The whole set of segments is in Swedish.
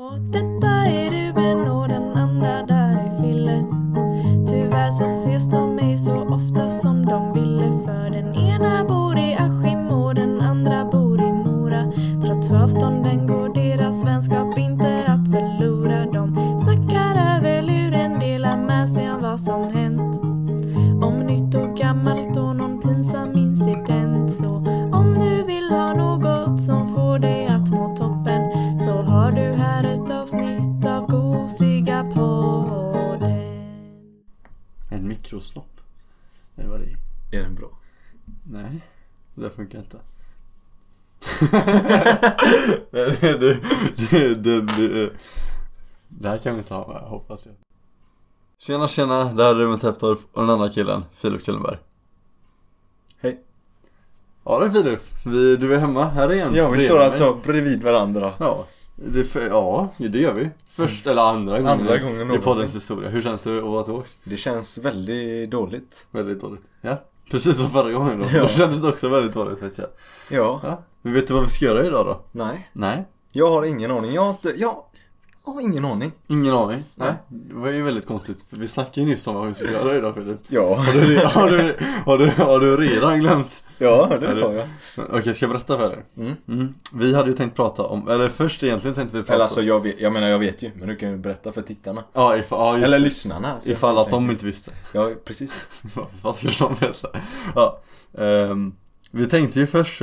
Och detta är Ruben och den andra där är Fille. Tyvärr så ses de ej så ofta som de ville. För den ena bor i Askim och den andra bor i Mora. Trots avstånden går deras vänskap inte att förlora. De snackar över luren, delar med sig om vad som hänt. Om nytt och gammalt och någon pinsam incident. Så om du vill ha något som får dig att må toppen, så har du här ett avsnitt av Gosiga podden. En mikrosnopp. Nej, vad det är. Är den bra? Nej, det funkar inte. Det här kan vi inte ha med, hoppas jag. Tjena, det här är Ruben Täpptorp och den andra killen, Filip Kullenberg. Hej. Ja, det är Filip. Du är hemma här igen. Ja, vi står alltså bredvid varandra. Ja, det gör vi. Först eller andra gången i poddens historia. Hur känns det att vara tillbaks? Det känns väldigt dåligt. Väldigt dåligt, ja. Precis som förra gången då. Ja. Då kändes det också väldigt dåligt, vet jag. Ja. Men vet du vad vi ska göra idag då? Nej. Jag har ingen aning. Jag har ingen aning. Ingen aning? Nej. Det var ju väldigt konstigt. För vi snackade ju nyss om vad vi ska göra idag, Filip. Ja. Har du redan glömt? Ja, det har jag. Okej, ska jag berätta för dig? Vi hade ju tänkt prata om, eller först egentligen tänkte vi prata. Eller alltså jag vet ju, men du kan ju berätta för tittarna. Ja, just eller det. lyssnarna. Ifall att de inte visste. Ja, precis. Vad skulle de veta? Ja. Vi tänkte ju först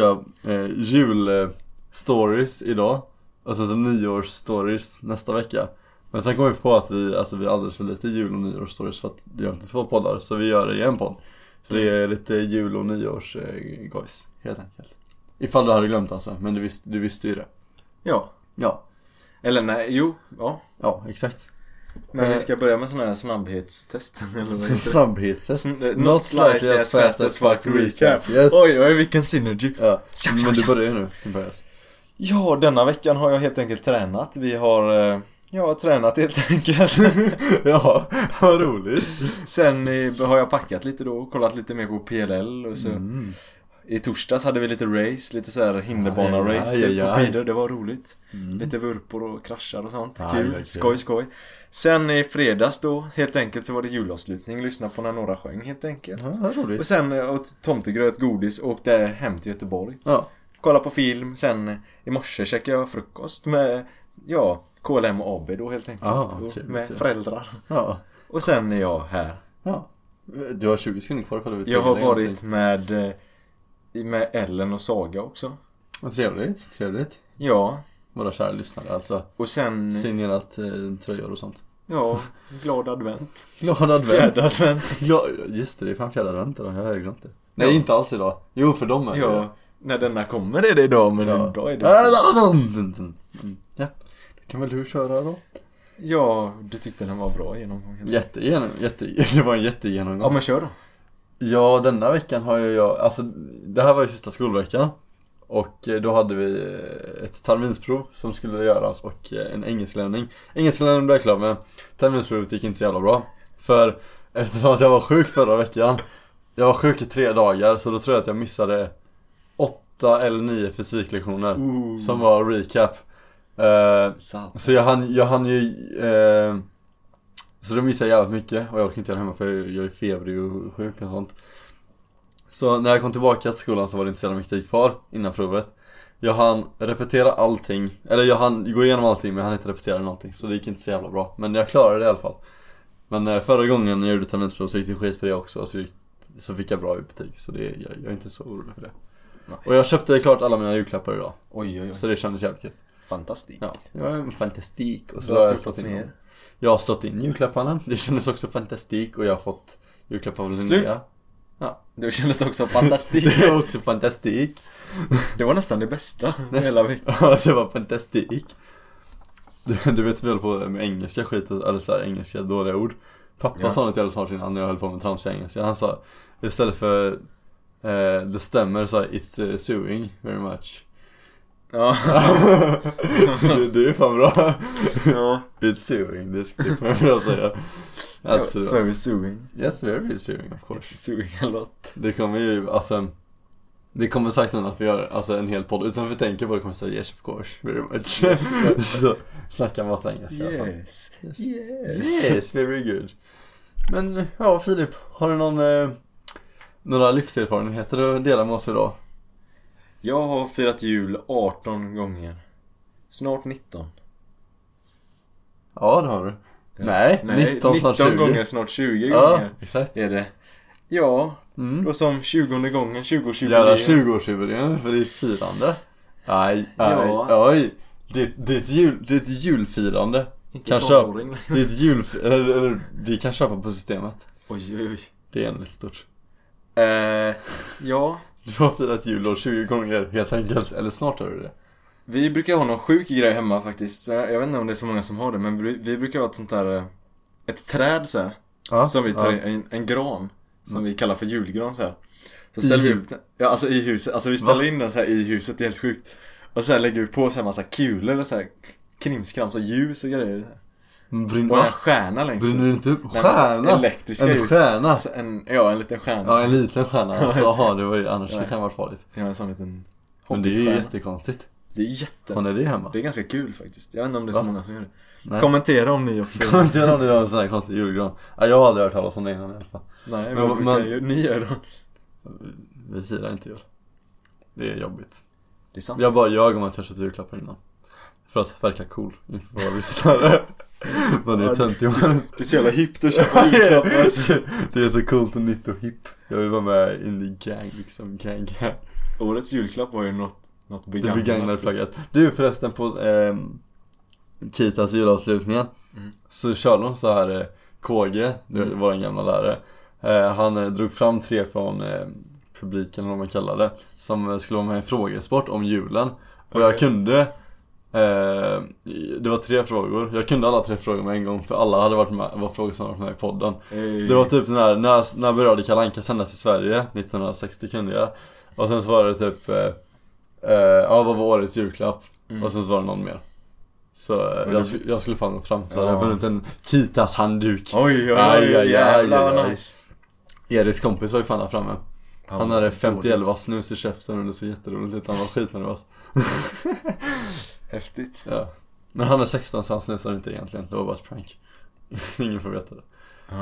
julstories idag. Alltså så nyårsstories nästa vecka. Men sen kom vi på att vi är alldeles för lite jul- och nyårsstories för att det gör inte 2 poddar. Så vi gör det i en podd. Så det är lite jul- och nyårs-gojs, helt enkelt. Ifall du hade glömt alltså, men du visste ju det. Ja. Eller nej, ja. Ja, exakt. Men vi ska börja med sån här snabbhetstest. Snabbhetstest. Not slightly as fast as fuck recap. Yes. Oj, vilken synergy. Ja. Men du börjar ju nu. Ja, denna veckan har jag helt enkelt tränat. Vi har tränat helt enkelt. Ja, vad roligt. Sen har jag packat lite då, kollat lite mer på PLL och så. I torsdags hade vi lite race, lite så här hinderbana-race på skidor, det var roligt. Lite vurpor och kraschar och sånt, kul, skoj. Sen i fredags då, helt enkelt så var det julavslutning, lyssna på när några sjöng helt enkelt. Roligt. Och sen åt tomtegröt, godis och åkte hem till Göteborg. Ja. Kolla på film, sen i morse käkade jag frukost med, KLM och AB då helt enkelt, med föräldrar. Ja. Och sen är jag här. Ja. Du har 20 sekunder kvar för att jag har varit med Ellen och Saga också. Vad trevligt. Ja. Våra kära lyssnare alltså. Och sen signerat tröjor och sånt. Ja, glad advent. Fjärde advent. Just det är fan fjärde advent då, jag har glömt det. Nej, inte alls idag. Jo, för dem är det. Ja, när denna kommer är det idag, men idag är det. Ja, det kan väl du köra då? Ja, du tyckte den var bra genomgång. Det var en jättegenomgång. Ja, men kör då. Ja, denna veckan har jag alltså det här var ju sista skolveckan. Och då hade vi ett terminsprov som skulle göras och en engelsklärning. Engelsklärningen blev klar, men terminsprovet gick inte så jävla bra. För eftersom att jag var sjuk förra veckan. Jag var sjuk i 3 dagar, så då tror jag att jag missade 8 eller 9 fysiklektioner som var recap. Så jag hann ju så då missade jag jävligt mycket och jag orkade inte göra hemma för jag är febrig och sjuk och sånt. Så när jag kom tillbaka till skolan så var det inte så jävla mycket tid kvar innan provet. Jag hann repetera allting, eller jag hann gå igenom allting, men jag hann inte repetera någonting, så det gick inte så jävla bra. Men jag klarade det i alla fall. Men förra gången jag gjorde terminsprov så gick det skit för det också, så fick jag bra betyg. Så jag är inte så orolig för det. Nej. Och jag köpte klart alla mina julklappar idag. Oj. Så det kändes jävligt gött. Fantastiskt. Ja, jag är fantastik. Och så har jag slått in dem. Jag har slått in julklapparna. Det kändes också fantastik. Och jag har fått julklappar av Linnea. Ja. Det kändes också fantastik. Det var också fantastik. Det var nästan det bästa hela veckan. Ja, det var fantastik. Du vet väl på med engelska skit, eller så här engelska dåliga ord. Pappa sa något jävla snart innan när jag höll på med tramsiga engelska. Han sa istället för det stämmer så it's suing very much. Ja. det är fan bra. Ja. It's suing, det kommer jag bra säga. Alltså, it's very suing. Yes, very suing, of course. It's suing a lot. Det kommer ju, alltså det kommer sagt någon att vi gör alltså en hel podd utan att vi tänker på det, kommer säga yes of course very much. Yes, Snackar massa engelska. Yes, very good. Men ja, Filip, har du några livserfarenheter att dela med oss idag? Jag har firat jul 18 gånger. Snart 19. Ja, det har du. Nej, 19 snart 20 gånger, snart 20 ja, gånger. Exakt. Är det? Ja, då som 20:e gången, 20-årsjubileum. Jävla 20-årsjubileum för ditt firande. Oj. Det är ett julfirande. Kan köpa, det är ett eller det kan köpa på systemet. Oj. Det är ändå lite stort. Ja. Du har firat jul 20 gånger helt enkelt. Eller snart har du det. Vi brukar ha någon sjuk grej hemma faktiskt. Jag vet inte om det är så många som har det. Men vi brukar ha ett sånt där, ett träd så här, som vi tar en gran som vi kallar för julgran så här. Så ställer vi upp den, alltså i huset. Alltså vi ställer in den så här i huset, det är helt sjukt. Och så här lägger vi på så här massa kulor och så här krimskrams och ljus och grejer. Och en stjärna längst upp. Brinner inte upp? Stjärna? Elektriska en ljus. stjärna? Alltså en liten stjärna. Ja, en liten stjärna. Alltså, det var ju, annars det kan vara farligt. Ja, en sån liten. Men det är ju jättekonstigt. Det är jätte. Har ni det hemma? Det är ganska kul faktiskt. Jag vet inte om det är så många som gör det. Nej. Kommentera om ni också. Kommentera om ni har en sån här konstig julgran. Ja, jag har aldrig hört talas om det innan i alla fall. Nej, men vad ni gör då? Vi firar inte jul. Det är jobbigt. Det är sant. Jag bara ljög om att jag köpt julklappar innan. För att verka cool inför våra lyssnare. Men det är töntigt. Det är så jävla hippt att köpa julklappar. Det är så coolt och nytt och hipp. Jag vill vara med in the gang liksom. Gang. Årets julklapp var ju något begagnat. Det begagnade plaggat. Du förresten på Kitas julavslutningen så körde de så här KG, vår gamla lärare. Han drog fram 3 från publiken, vad man kallar det, som skulle vara med i en frågesport om julen. Och jag kunde det var 3 frågor. Jag kunde alla 3 frågor med en gång, för alla hade varit med, var frågor som var med i podden. Det var typ den här, när började Kalle Anka sändas i Sverige? 1960 kunde jag. Och sen så var det typ vad var årets julklapp? Och sen så var det någon mer. Så jag skulle fan gå fram. Så hade jag vunnit en Kitas handduk. Oj, jävlar nice. Eriks kompis var ju fan där framme. Han hade 50-11 snus i käften och det så jätteroligt. Han var skitnervös. Häftigt. Ja. Men han är 16 så han snusar inte egentligen. Det var bara ett prank. Ingen får veta det.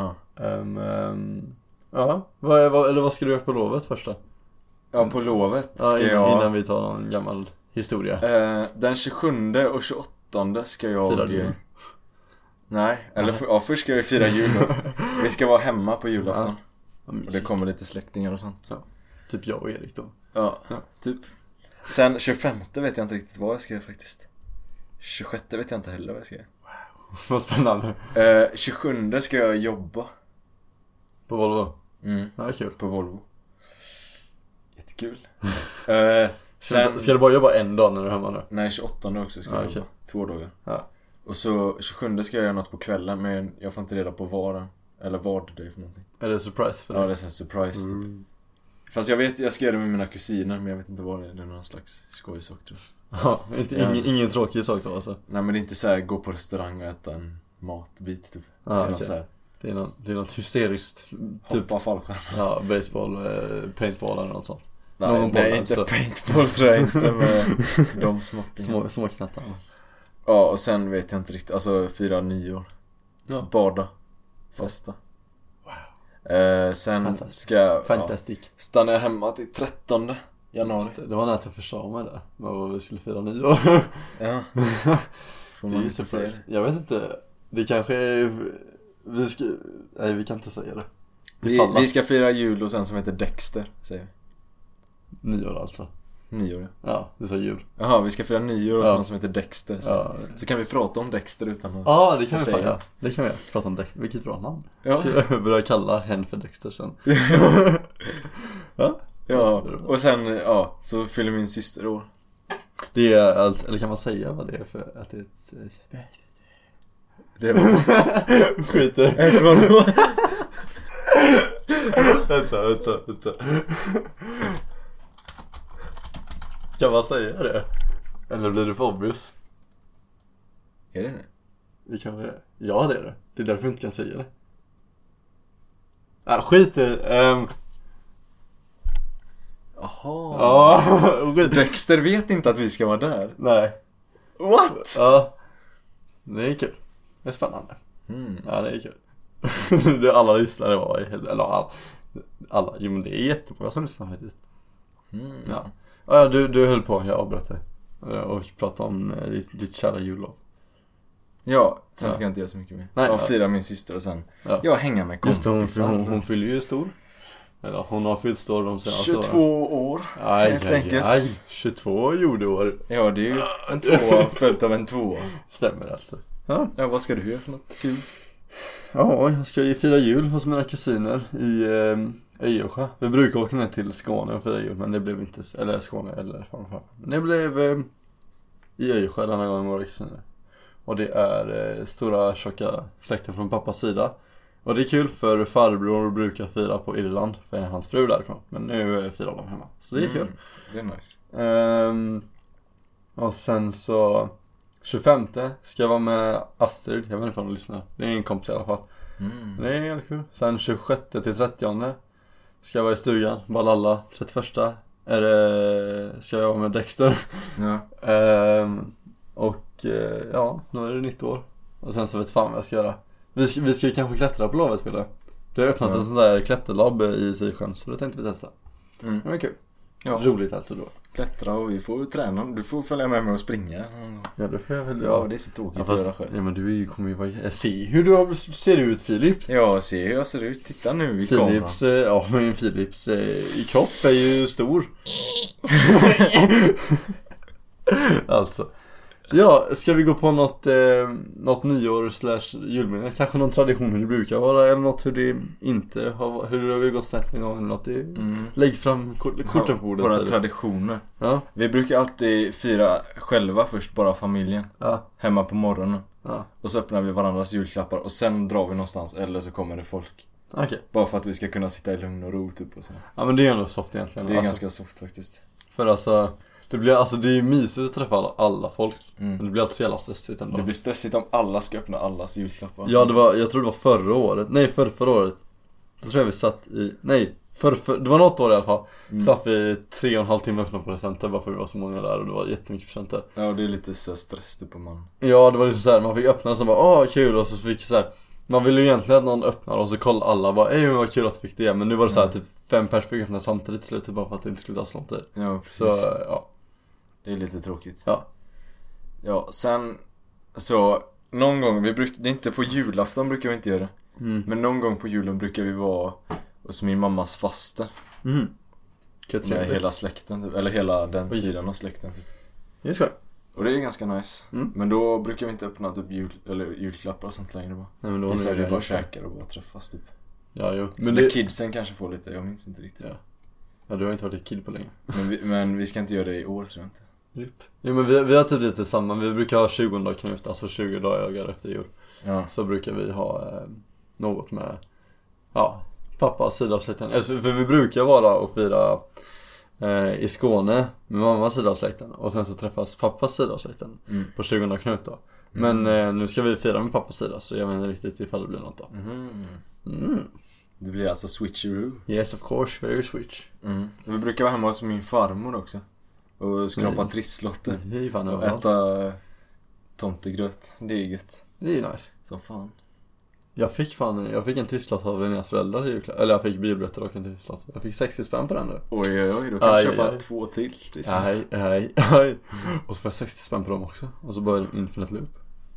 Ja. Vad ska du göra på lovet först då? Ja, på lovet ska jag... Innan vi tar någon gammal historia. Den 27 och 28 ska jag... Fira jul? Nej, eller först ska vi fira jul. Vi ska vara hemma på julafton. Och det kommer lite släktingar och sånt. Ja. Typ jag och Erik då. Ja, typ. Sen 25 vet jag inte riktigt vad jag ska göra faktiskt. 26 vet jag inte heller vad jag ska göra. Wow. Vad spännande. 27 ska jag jobba. På Volvo? Ja, kul. På Volvo. Jättekul. Sen... Ska du bara jobba en dag när du är hemma nu? Nej, 28 också ska jag jobba. 2 dagar. Ja. Och så 27 ska jag göra något på kvällen, men jag får inte reda på vad. Eller vad det är för någonting. Är det surprise för dig? Ja, det är en surprise typ. Fast jag ska göra det med mina kusiner, men jag vet inte vad det är. Det är någon slags skojsak tror jag. Ja, ingen tråkig sak då alltså. Nej, men det är inte så här gå på restaurang och äta en matbit typ. Det är så här. Det är något hysteriskt typ. Hoppa fallskärm. Ja, baseball, paintball eller något sånt. Nej, inte alltså. Paintball tror jag inte med de små knattar. Ja, och sen vet jag inte riktigt. Alltså 4 nyår. Ja. Bada. Festa. Wow. Sen ska stanna jag hemma till 13 januari. Det var när jag förstod mig där. Vad vi skulle fira nyår. Ja. Får man inte säga det? Jag vet inte. Det kanske är... Nej, vi kan inte säga det. Vi ska fira jul och sen som heter Dexter, säger vi. Nyår alltså. Nyår, ja. Du sa jul. Jaha, vi ska fira nyår och sånt som heter Dexter. Så kan vi prata om Dexter utan att... Ja, det kan vi fan göra. Det kan vi prata om Dexter. Vilket bra namn. Ja. Ska jag börja kalla hen för Dexter sen. Ja, och sen, så fyller min syster år. Det är alltså, eller kan man säga vad det är för att det är ett... Det var... Skiter. Vänta. Kan man säga det? Eller blir det för obvious? Är det det? Det kan vara det. Ja, det är det. Det är därför jag inte kan säga det. Skit i... Jaha. Ja, Dexter vet inte att vi ska vara där. Nej. What? Ja. Det är kul. Det är spännande. Ja, det är kul. Det alla lyssnare var eller alla. Jo, men det är jättemånga som lyssnar faktiskt. Ja, du höll på, jag avbröt dig. Och prata om ditt kära jullov. Ja, sen ska jag inte göra så mycket mer. Jag firar min syster och sen jag hänger med kompisar. Just hon fyller ju stor. Eller hon har fyllt stor de senaste 22 år. Aj, 22 jordår. Ja, det är ju en 2 följt av en 2. Stämmer alltså. Ja, vad ska du göra för något kul? Ja, jag ska ju fira jul hos mina kusiner i Öjersjö. Vi brukar åka ner till Skåne och fira jul, men det blev inte, eller Skåne eller framför. Men det blev i Öjersjö denna gången med våra kusiner. Och det är stora tjocka släkten från pappas sida. Och det är kul för farbror brukar fira på Irland för hans fru därifrån. Men nu firar de hemma. Så det är kul. Det är nice. Och sen så 25 ska jag vara med Astrid. Jag vet inte om hon lyssnar. Det är en kompis i alla fall. Det är jävligt kul. Sen 26 till 30 ska jag vara i stugan. Balalla. 31 ska jag vara med Dexter. Ja. Ja, nu är det nytt år. Och sen så vet fan vad jag ska göra. Vi ska ju kanske klättra på lovet, Pille. Det har öppnat en sån där klätterlabb i Sisjön, så det tänkte vi testa. Det var kul. Ja. Roligt alltså då. Klättra och vi får träna. Du får följa med mig och springa. Ja, det får jag väl. Ja, det är så tråkigt att göra själv. Ja, men du kommer ju vara... Se hur du ser ut, Filip. Ja, se hur jag ser ut. Titta nu i Philips, kameran. ja, men Philips i kropp är ju stor. Alltså. Ja, ska vi gå på något nyår / julminne? Kanske någon tradition hur det brukar vara, eller något hur det inte har, hur det har gått snett en gång eller något. Lägg fram korten på bordet. Våra traditioner. Ja. Vi brukar alltid fira själva först, bara familjen. Ja. Hemma på morgonen. Ja. Och så öppnar vi varandras julklappar och sen drar vi någonstans, eller så kommer det folk. Okej. Bara för att vi ska kunna sitta i lugn och ro typ och så. Ja, men det är ändå soft egentligen. Det är ganska soft faktiskt. För alltså det är ju mysigt att träffa alla folk. Men det blir alltid så jävla stressigt ändå. Det blir stressigt om alla ska öppna allas julklappar. Ja, jag tror det var förra året. Nej, förra året. Då tror jag vi satt i... Nej, det var något år i alla fall. Satt vi 3,5 timmar öppna på presenter bara för vi var så många där och det var jättemycket presenter. Ja, det är lite så stress typ om man... Ja, det var liksom så här, man fick öppna och så bara, kul, och så fick så här. Man ville ju egentligen att någon öppnar och så kollade alla bara, men vad kul att du fick det. Men nu var det så här, typ 5 personer fick öppna samtidigt i slutet bara för att det inte skulle ta så lång tid. Ja, precis. Så, ja. Det är lite tråkigt. Ja. Ja, sen så någon gång, det är inte på julafton brukar vi inte göra det. Men någon gång på julen brukar vi vara hos min mammas faste. Med hela släkten typ, eller hela den sidan av släkten typ. Just det. Och det är ganska nice. Men då brukar vi inte öppna typ julklappar och sånt längre bara. Nej, men då är vi bara käkar och bara träffas typ. Ja, jo. Men kidsen kanske får lite, jag minns inte riktigt. Ja, du har inte varit ett kid på länge. Men vi ska inte göra det i år, tror jag inte. Jo, men vi har typ lite samma. Vi brukar ha 20 dagar Knut, alltså 20 dagar efter jul. Ja. Så brukar vi ha något med pappas sida av släkten. Alltså, för vi brukar vara och fira i Skåne med mammas sida av släkten. Och sen så träffas pappas sida av släkten på 20 dagar Knut då. Men nu ska vi fira med pappas sida, så jag vet inte riktigt ifall det blir något då. Det blir alltså switcheroo. Yes, of course, very switch. Vi brukar vara hemma hos min farmor också. Och skrapa trisslotter. Och äta tomtegröt. Det är gött. Det är nice. Så fan. Jag fick en trisslott av Linnés föräldrar i julklapp. Eller jag fick bilbiljetter och en trisslott. Jag fick 60 spänn på den nu. Oj, då kan du köpa 2 till trisslott. Nej. Och så får jag 60 spänn på dem också. Och så börjar Infinite Loop.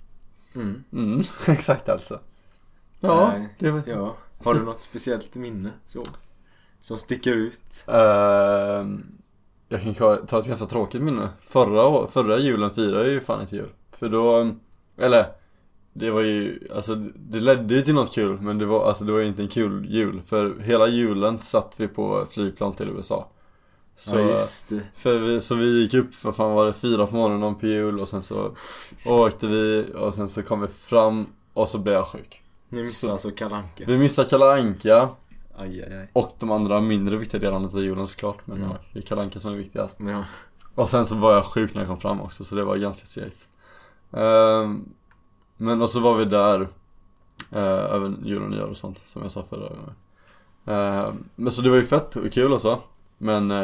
Exakt alltså. Ja, det var... Ja. Har du något speciellt minne så som sticker ut? Jag kan ta ett ganska tråkigt minne. Förra julen firade jag ju fan inte jul. För då, eller det var ju, alltså det ledde ju till något kul, men det var ju inte en kul jul. För hela julen satt vi på flygplan till USA. Så, just det. Så vi gick upp, för fan var det 4 på morgonen på jul. Och sen så åkte vi, och sen så kom vi fram, och så blev jag sjuk. Ni missade alltså Kalle Anka. Vi missade Kalle Anka. Aj. Och de andra mindre viktiga delarna av julen såklart. Men det är Kalle Anka som är viktigast. Ja. Och sen så var jag sjuk när jag kom fram också, så det var ganska segt. Men och så var vi där över julen och nyår och sånt, som jag sa förra gången. Men så det var ju fett och kul och så. Men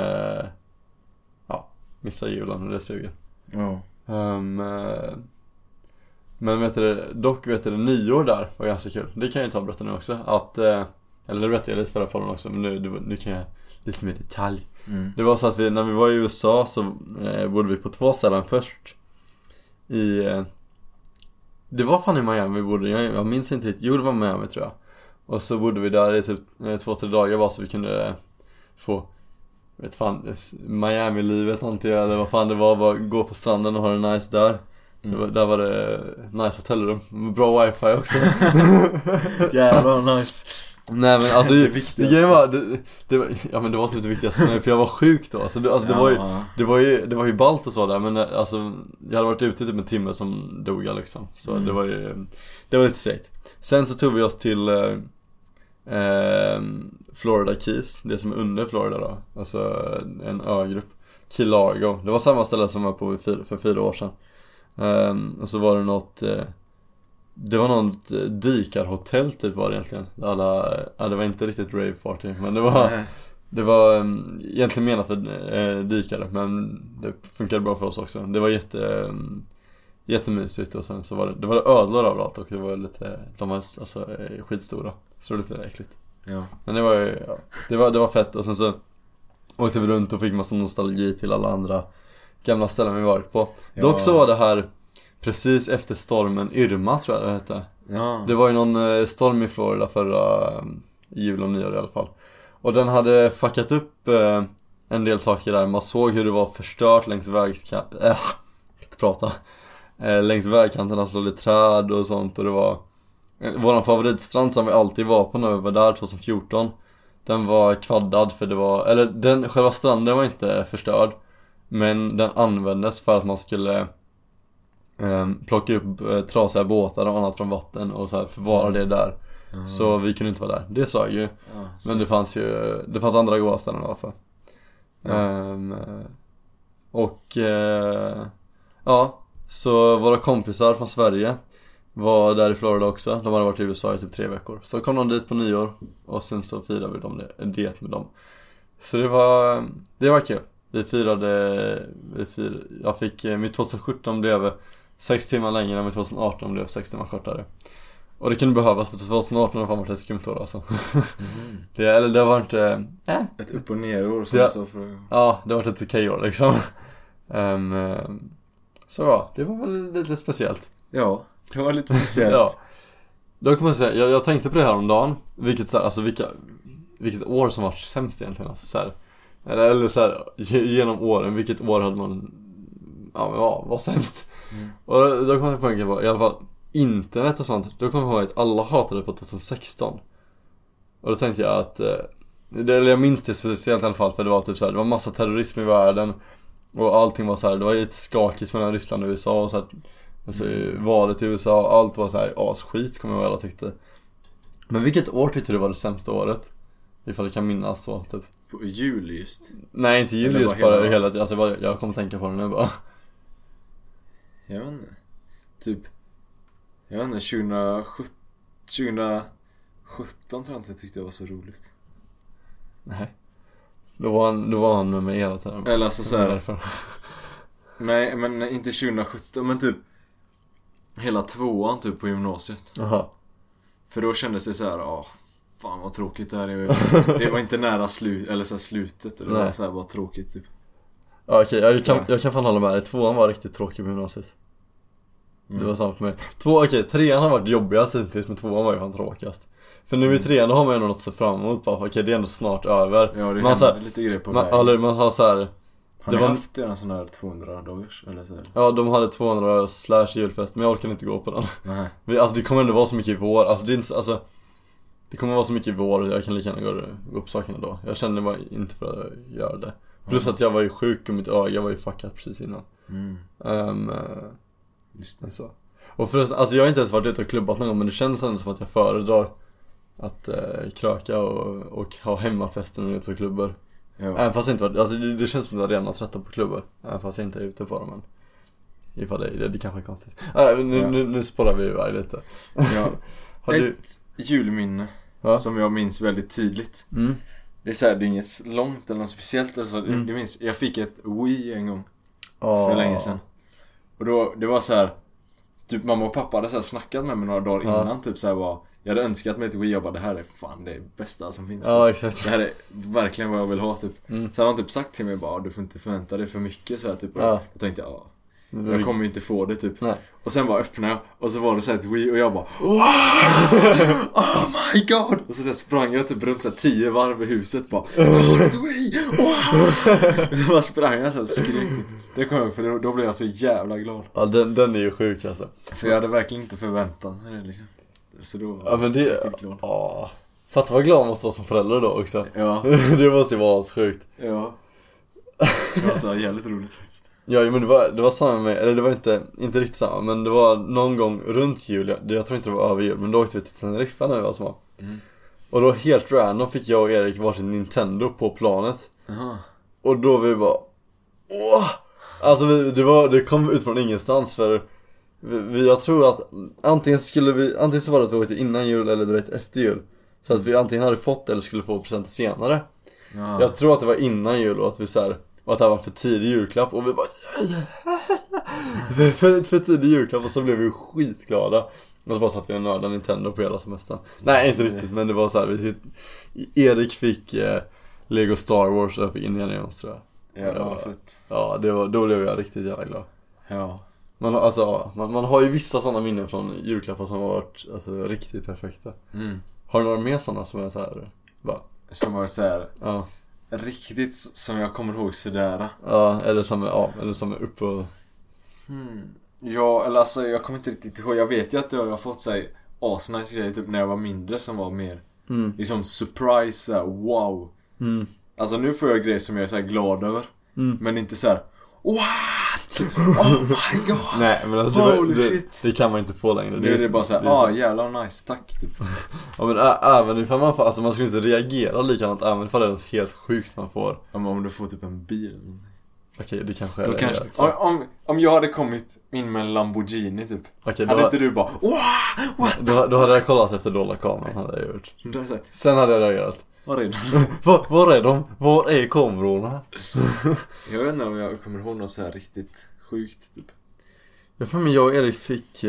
missa julen och det suger. Ja. Men dock nyår där var ganska kul. Det kan jag ju ta och berätta nu också. Att, eller det berättade jag lite förra förra också, men nu kan jag lite mer detalj. Det var så att när vi var i USA så bodde vi på 2 ställen först. Det var fan i Miami vi bodde. Jag minns inte riktigt. Jo, det var Miami tror jag. Och så bodde vi där i typ 2-3 dagar bara så vi kunde få Miami-livet antar jag. Eller vad fan det var, bara gå på stranden och ha det nice där. Där var det nice hotellrum. Bra wifi också. Jävlar nice. Nej men alltså det viktigaste. Ja men det var så det viktigaste för jag var sjuk då. Alltså det var ju ballt och så där, men alltså jag hade varit ute typ en timme som dog liksom. Så det var lite segt. Sen så tog vi oss till Florida Keys, det som är under Florida då. Alltså en ögrupp. Key Largo. Det var samma ställe som jag var på för 4 år sedan. Och så var det något dykarhotell typ var det egentligen. Det var inte riktigt rave party, men det var egentligen menat för dykare, men det funkade bra för oss också. Det var jättemysigt och sen så var det ödlor överallt och det var de var alltså skitstora. Så det var lite äckligt. Ja. Men det var fett och sen så åkte vi runt och fick massa nostalgi till alla andra gamla ställen vi varit på. Ja. Dock så var det här precis efter stormen Irma tror jag det hette. Ja. Det var ju någon storm i Florida förra jul och nyår i alla fall. Och den hade fuckat upp en del saker där. Man såg hur det var förstört längs längs vägkanten, alltså lite träd och sånt. Och det var våran favoritstrand som vi alltid var på när vi var där 2014. Den var kvaddad för själva stranden var inte förstörd. Men den användes för att man skulle plocka upp trasiga båtar och annat från vatten och så här förvara det där. Så vi kunde inte vara där. Det sa ju. Men det fanns andra goda ställen i alla fall. Så våra kompisar från Sverige var där i Florida också. De hade varit i USA i typ 3 veckor. Så kom de dit på nyår och sen så firade vi det med dem. Så det var kul. Mitt 2017 blev 6 timmar längre än mitt 2018 blev 6 timmar kortare. Och det kunde behövas för 2018 har fan varit ett skumt år alltså. Det var inte ett upp- och nerår som så för... Ja, det var ett okej-år liksom. Så ja, det var väl lite speciellt. Ja, det var lite speciellt. Ja. Då kan man säga, jag tänkte på det här om dagen, vilket år som var sämst egentligen alltså, så här. Eller så här, genom åren, vilket år hade man var sämst. Och då kommer jag tänka på i alla fall internet och sånt. Då kommer jag ihåg att alla hatade på 2016. Och då tänkte jag att jag minns det speciellt i alla fall, för det var typ så här, det var massa terrorism i världen och allting var så här, det var lite skakigt mellan Ryssland och USA och så här, alltså, valet i USA och allt var så här asskit kommer jag alla tyckte. Men vilket år tyckte du var det sämsta året? Ifall du kan minnas så typ. På jul just. Nej, inte jul just, bara hela alltså jag kommer tänka på det nu bara. Jag vet inte. Typ 2017 tror jag inte tyckte jag var så roligt. Nej. Då var han med mig hela tiden. Eller alltså så här. Nej, men inte 2017, men typ hela 2:an typ på gymnasiet. Aha. För då kändes det så här, fan vad tråkigt det här är. Det var inte nära eller så här slutet. Det var så här bara tråkigt typ. Ja, okej, jag kan fan hålla med dig. 2:an var riktigt tråkig på gymnasiet. Det var samma för mig. 3:an har varit jobbigast hittills, men 2:an var ju fan tråkigast. För nu i 3:an har man ju något att se fram emot. Bara, det är ändå snart över. Ja, det händer lite grejer på vägen. Man har så här. Har ni haft en sån här 200 dagars eller så här? Ja, de hade 200 julfest, men jag orkar inte gå på den. Nej. Alltså det kommer ändå vara så mycket i vår. Det kommer vara så mycket i vår. Jag kan lika gärna gå på sakerna då. Jag kände mig inte för att göra det. Plus att jag var ju sjuk och mitt öga var ju fuckat precis innan. Just det. Så. Och förresten, alltså jag har inte ens varit ute och klubbat någon gång, men det känns ändå som att jag föredrar att kröka och ha hemmafesten och ute på klubbar. Ja. Även fast inte alltså det känns som att jag redan har tröttat på klubbar. Även fast jag inte är ute på dem, men ifall det kanske är konstigt. Nu spårar vi iväg lite. Ja. Ett julminne som jag minns väldigt tydligt. Det är så här, det är inget långt eller något speciellt alltså, det minns, jag fick ett Wii en gång för länge sedan. Och då, det var så här typ mamma och pappa hade så här snackat med mig några dagar innan. Typ så här var, jag hade önskat mig ett Wii. Jag bara, det här är fan det bästa som finns. Ja, exakt. Det här är verkligen vad jag vill ha typ. Sen hade han typ sagt till mig bara, du får inte förvänta dig för mycket så här, typ. Jag tänkte, jag kommer ju inte få det typ. Nej. Och sen bara öppnade jag och så var det så här ett Wii och jag bara oh my god. Och så sprang jag typ runt så här 10 varv i huset bara ett Wii. Och så bara sprang jag så här skrek typ. Det kom jag för då blev jag så jävla glad. Ja, den är ju sjuk alltså. För jag hade verkligen inte förväntat mig det liksom. Så då var men det fatta vad glad man måste vara som förälder då också. Ja. Det måste ju vara så sjukt. Ja. Det var så jävligt roligt faktiskt. Ja, men det var samma med, eller det var inte riktigt samma, men det var någon gång runt jul, jag tror inte det var över jul, men då åkte vi till Teneriffa när vi var små. Och då helt random fick jag och Erik varsin Nintendo på planet. Och då vi bara alltså det kom ut från ingenstans, för jag tror att antingen så var det att vi åkte innan jul eller direkt efter jul. Så att vi antingen hade fått eller skulle få presenter senare. Jag tror att det var innan jul och att vi så här, och att det här var en för tidig julklapp. Och vi bara för tidig julklapp. Och så blev vi skitglada. Och så bara satt vi och nördade Nintendo på hela semestern. Nej, inte riktigt, men det var så här, Erik fick Lego Star Wars och jag fick Indiana Jones, tror jag. Ja, det var fett. Ja, då blev jag riktigt jävla glad. Ja. Man har ju vissa sådana minnen från julklappar som har varit alltså, riktigt perfekta. Har du några mer sådana som är så här, va? Som var så här, riktigt som jag kommer ihåg sådär. Ja, eller som är uppe och... Ja, eller alltså jag kommer inte riktigt ihåg. Jag vet ju att jag har fått så här asnice grejer typ när jag var mindre som var mer liksom surprise, så här, wow. Alltså nu får jag grejer som jag är så här glad över. Men inte så här what? Oh my god. Nej, men alltså, det kan man inte få längre. Det är bara så här, jävla nice, tack typ. Ja, men även ifall man får, alltså man skulle inte reagera likadant även ifall det är helt sjukt man får. Ja, men om du får typ en bil. Okej, det kanske är då det. Kanske, om jag hade kommit in med en Lamborghini typ. Okej, hade inte du bara what? Då hade jag kollat efter dolda kameran, hade jag gjort. Sen hade jag reagerat. Var är de? Var är de? Var är kamerorna? Jag vet inte om jag kommer ihåg något så här riktigt sjukt typ. Jag och Erik fick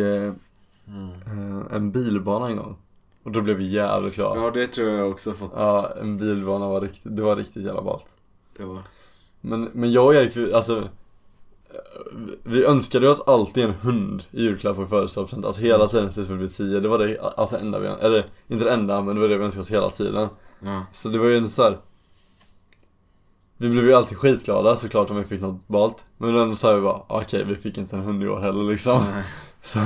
en bilbana en gång. Och då blev vi jävligt klara. Ja, det tror jag också fått. Ja, en bilbana var riktigt jävla ballt. Det var. Men jag och Erik, alltså vi önskade oss alltid en hund i julklapp och födelsedagspresent. Alltså hela tiden tills vi blev 10. Det var det alltså enda eller inte det enda, men det var det vi önskade oss hela tiden. Så det var ju så här. Vi blev ju alltid skitglada såklart om vi fick något balt. Men då sa vi bara, okej, vi fick inte en hund i år heller liksom. Så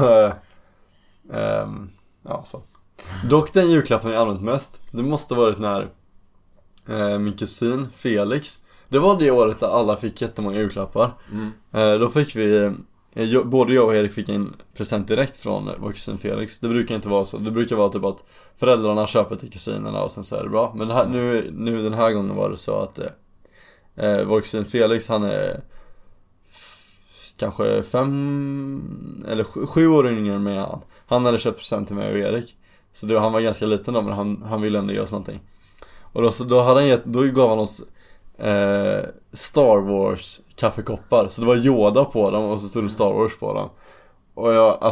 så. Dock den julklappen jag använt mest, det måste varit när min kusin Felix, det var det året där alla fick jättemånga julklappar. Då fick vi både jag och Erik fick en present direkt från vår kusin Felix. Det brukar inte vara så. Det brukar vara typ att föräldrarna köper till kusinerna och sen så är det bra. Men det här, nu den här gången var det så att vår kusin Felix, han är kanske 5 eller 7 år yngre med han. Han hade köpt present till mig och Erik. Så han var ganska liten då, men han ville ändå göra oss någonting. Och då gav han oss Star Wars kaffekoppar. Så det var Yoda på dem och så stod det Star Wars på dem. Och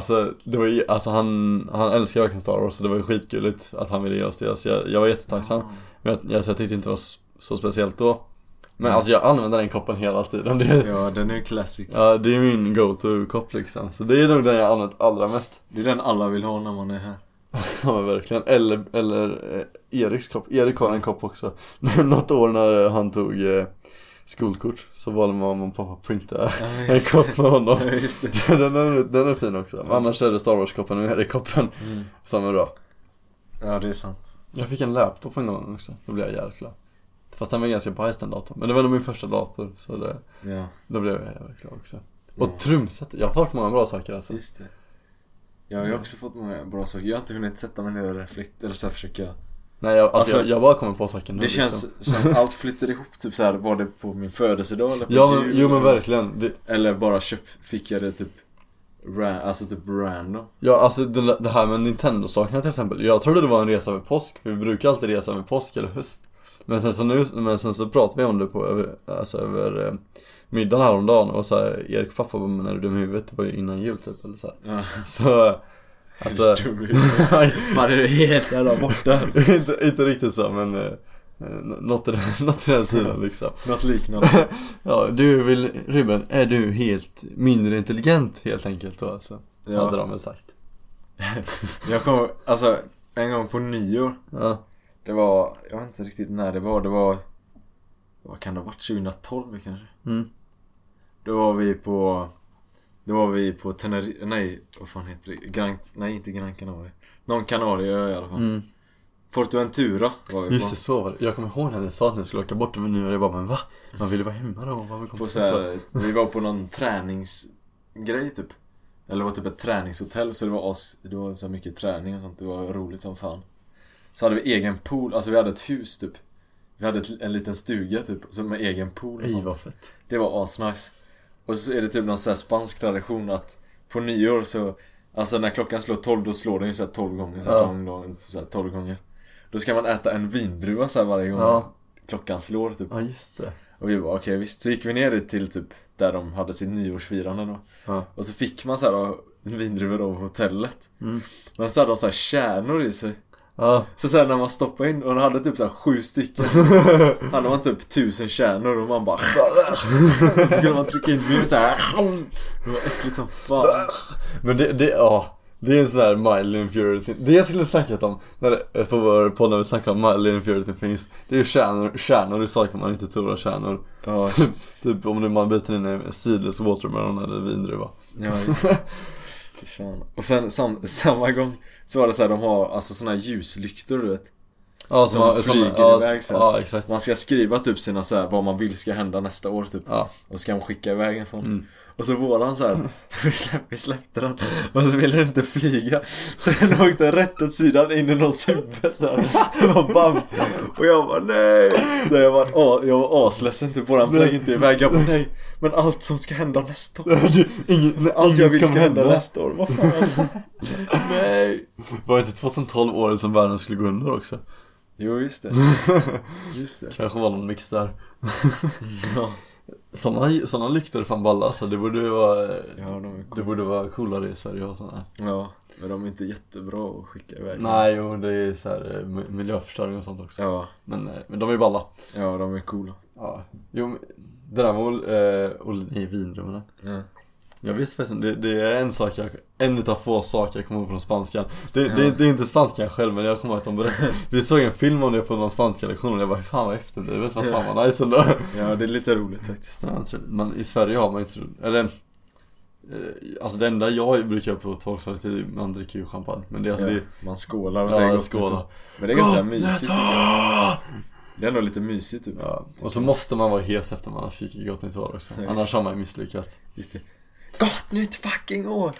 han älskar verkligen Star Wars, så det var ju skitgulligt att han ville ge oss det. Så jag var jättetacksam. Men jag tyckte inte det var så speciellt då. Men alltså jag använder den koppen hela tiden. Ja, den är classic. Ja, det är min go-to-kopp liksom. Så det är nog den jag använt allra mest. Det är den alla vill ha när man är här. Ja, verkligen. Eller Eriks kopp. Erik har en kopp också. Något år när han tog skolkort så valde mamma och pappa printa en kopp med honom. Ja, just det. Den är fin också. Men annars är det Star Wars-koppen och Erik-koppen som är bra. Ja, det är sant. Jag fick en laptop en gång också. Då blev jag jävligt glad. Fast den var ganska bajs, den datorn. Men det var nog min första dator. Så då blev jag jävligt glad också. Och trumset. Jag har fått många bra saker alltså. Just det. Ja, jag har också fått många bra saker. Jag har inte hunnit sätta mig ner och eller så försöka. Nej, jag bara kommer på saker nu. Det känns liksom som allt flyttar ihop. Typ så här, var det på min födelsedag eller på jul? Jo, men verkligen. Eller bara fick jag det typ random. Ja, alltså det här med Nintendo-sakerna till exempel. Jag trodde det var en resa över påsk. För vi brukar alltid resa över påsk eller höst. Men sen så pratar vi om det över middagen häromdagen och så här, Erik pappa bara, men är du dum i huvudet? Det var ju innan jul typ eller så här. Ja. Så alltså fan är du helt jävla borta. inte riktigt så men något i den sidan liksom. Något liknande. Ja, Ruben, är du helt mindre intelligent helt enkelt då alltså? Ja. Hade de väl sagt. Jag kom, alltså en gång på nyår. Ja. Det var, jag vet inte riktigt när det var vad kan det ha varit, 2012 kanske. Då var vi på Tenerife, nej, vad fan heter det? Inte Gran Canaria. Någon Kanarieö i alla fall. Forteventura var vi just på. det, så var det. Jag kommer ihåg när ni sa att ni skulle åka bort men nu är det bara, men va? Man ville vara hemma då. Vad vi, på så här, vi var på någon träningsgrej typ. Eller det var typ ett träningshotell, så det var så mycket träning och sånt. Det var roligt som fan. Så hade vi egen pool, alltså vi hade ett hus typ. Vi hade en liten stuga typ, som med egen pool och sånt. Vad fett. Det var asnice. Och så är det typ någon sån här spansk tradition att på nyår så, alltså när klockan slår 12, då slår den ju så här 12 gånger så här 12 gånger. Då ska man äta en vindruva så här varje gång klockan slår typ. Ja, just det. Och vi bara okej, visst. Så gick vi ner till typ där de hade sitt nyårsfirande då. Och så fick man så här en vindruva då på hotellet. Men så hade de så här kärnor i sig. Så sen när man stoppade in, och de hade typ så här 7 stycken. Hade man typ 1000 kärnor och man bara så skulle man trycka in mer så här. Det var äckligt som fan. Men det är en sån här mild infuriating. Det jag skulle snackat om på vår podd när vi snackade om mild infuriating things, det är ju kärnor i saker man inte tror är kärnor. Typ om man byter in en seedless watermelon eller vindruva. Ja, just det. Fan. Och sen samma gång så var det så här, de har alltså såna här ljuslyktor, du vet. Ja, som flyger iväg så här. Ja, exakt. Man ska skriva typ sina så här, vad man vill ska hända nästa år typ. Och så ska man skicka iväg en sån. Och så våran så här, vi släppte den. Och så ville den inte flyga. Så den åkte rätt åt sidan in i någons huvud så här. Och bam. Och jag bara nej. Så jag var asledsen typ, våran flög inte iväg. Jag bara nej. Men allt som ska hända nästa år. Allt jag vill ska hända nästa år. Vad fan? Nej. Var inte 2012 året som världen skulle gå under också? Jo, just det. Just det. Kanske var någon mix där. Ja. Såna lyktor är fan balla, så det borde vara det borde vara coolare i Sverige och såna. Ja, men de är inte jättebra att skicka iväg. Nej, jo, det är så här miljöförstöring och sånt också. Ja. Men de är balla. Ja, de är coola. Ja. Jo, det där med vinrummen. Ja. Jag visste faktiskt, det är en utav få saker jag kommer ihåg från spanskan. Det är inte spanskan själv, men jag kommer ihåg att de berättade. Vi såg en film om det på någon spanska lektion och jag bara, fan vad efterblivet, vad fan var nice ändå. Ja, det är lite roligt faktiskt. Men i Sverige har man inte, eller alltså det enda jag brukar på torgslag är man dricker ju champagne. Men det är alltså man skålar och säger skålar. Men det är ganska mysigt. Det är ändå lite mysigt typ. Ja. Och så måste man vara hes efter man har skrikit gott nytt år också. Annars har man misslyckats. Just det. Gott nytt fucking år.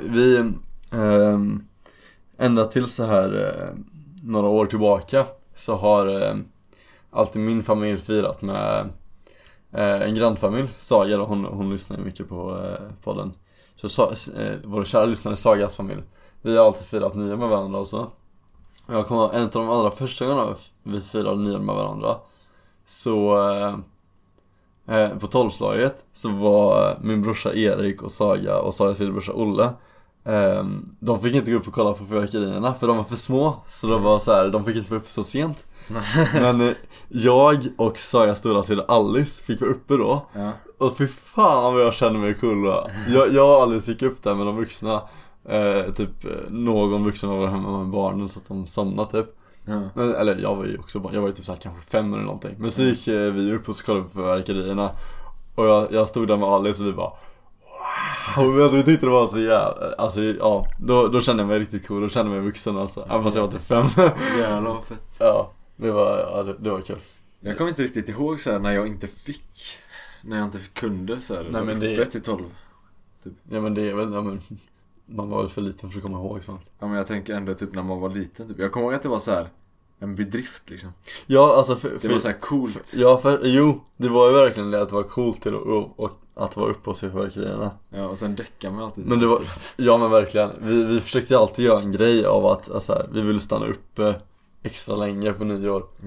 Ända till så här några år tillbaka så har alltid min familj firat med en grannfamilj, Saga då, hon lyssnar ju mycket på den. Så vår kära lyssnare Sagas familj. Vi har alltid firat nyår med varandra och så. Jag kommer ihåg en av de allra första gångerna vi firade nyår med varandra. Så på 12-slaget så var min brorsa Erik och Saga och Sagas lillebrorsa Olle. De fick inte gå upp och kolla på fyrverkerierna för de var för små. Så det var så här, de fick inte vara uppe så sent. Men jag och Sagas stora syster Alice fick vara uppe då. Och fy fan vad jag kände mig cool då. Jag och Alice gick upp där med de vuxna. Typ någon vuxen var hemma med barnen så att de somnade typ. Men, eller jag var ju typ så här, kanske 5 eller någonting. Men så gick vi upp och så kollade på fyrverkerierna. Och jag stod där med Alice och vi bara wow, alltså vi tyckte det var så jävla, alltså ja, då kände jag mig riktigt cool. Då kände jag mig vuxen alltså. Även fast jag var typ 5. Jävlar vad fett. Ja, det var kul. Jag kommer inte riktigt ihåg så här när jag inte kunde så här. Nej, men det är 12 typ. Ja, men det är väl man var väl för liten för att komma ihåg sånt. Ja, men jag tänker ändå typ när man var liten typ. Jag kommer ihåg att det var så här en bedrift liksom. Ja, alltså det var så här coolt. Ja, det var ju verkligen det att det var coolt till och att vara uppe och se fyrverkerierna. Ja, och sen däckar man alltid. Men det var, ja men verkligen. Vi försökte alltid göra en grej av att alltså här, vi ville stanna uppe extra länge på nyår. Ja.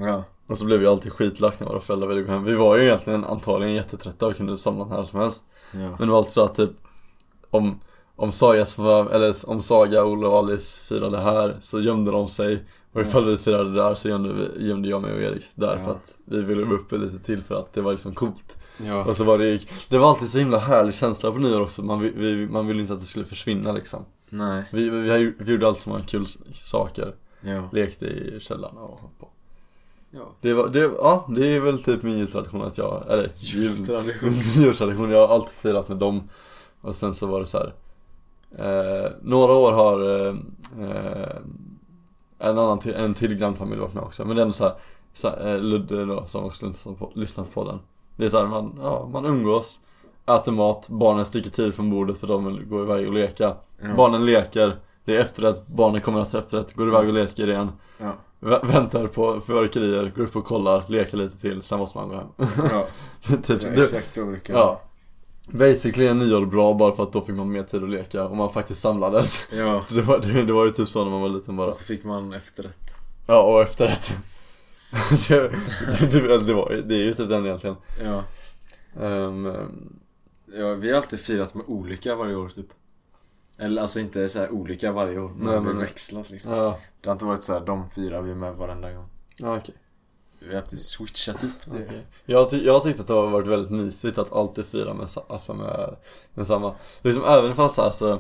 Och så blev vi alltid skitlack när våra föräldrar ville gå hem. Vi var ju egentligen antagligen jättetrötta och kunde somna här som helst. Ja. Men det var alltid så att typ om Saga, Ola och Alice firade här så gömde de sig. Och ifall vi firade där så gömde jag mig och Erik där för att vi ville vara uppe lite till för att det var liksom coolt. Ja. Och så var det var alltid så himla härlig känsla på nyår också. Man ville inte att det skulle försvinna liksom. Nej. Vi gjorde allt så många kul saker. Ja. Lekte i källarna och hoppade på. Ja. Det är väl typ min jultradition att Jultradition. Jultradition, jag har alltid firat med dem. Och sen så var det så här. Några år har en till grannfamilj varit med också. Men det är ändå så här Ludde då, som också lyssnar på den. Det är så här, man umgås, äter mat, barnen sticker tid från bordet för de vill gå iväg och leka. Barnen leker, det är efterrätt, barnen kommer att efterrätt, går iväg och leker igen. Ja. Väntar på fyrverkerier, går upp och kollar, leker lite till, sen måste man gå hem. Ja. Typ, Ja, exakt så brukar jag. Ja. Basically en nyår bra bara för att då fick man mer tid att leka och man faktiskt samlades. Ja. Det var ju typ så när man var liten bara. Och så fick man efterrätt. Ja, och efterrätt. Det är ju typ den egentligen. Ja. Ja, vi har alltid firat med olika varje år typ. Eller alltså inte så här olika varje år, men vi växlat liksom. Ja. Det har inte varit så här, de firar vi med varenda gång. Ja, okej. Vi har alltid switchat upp det. Okay. Jag tyckte att det har varit väldigt mysigt att alltid fira med samma. Liksom även fast alltså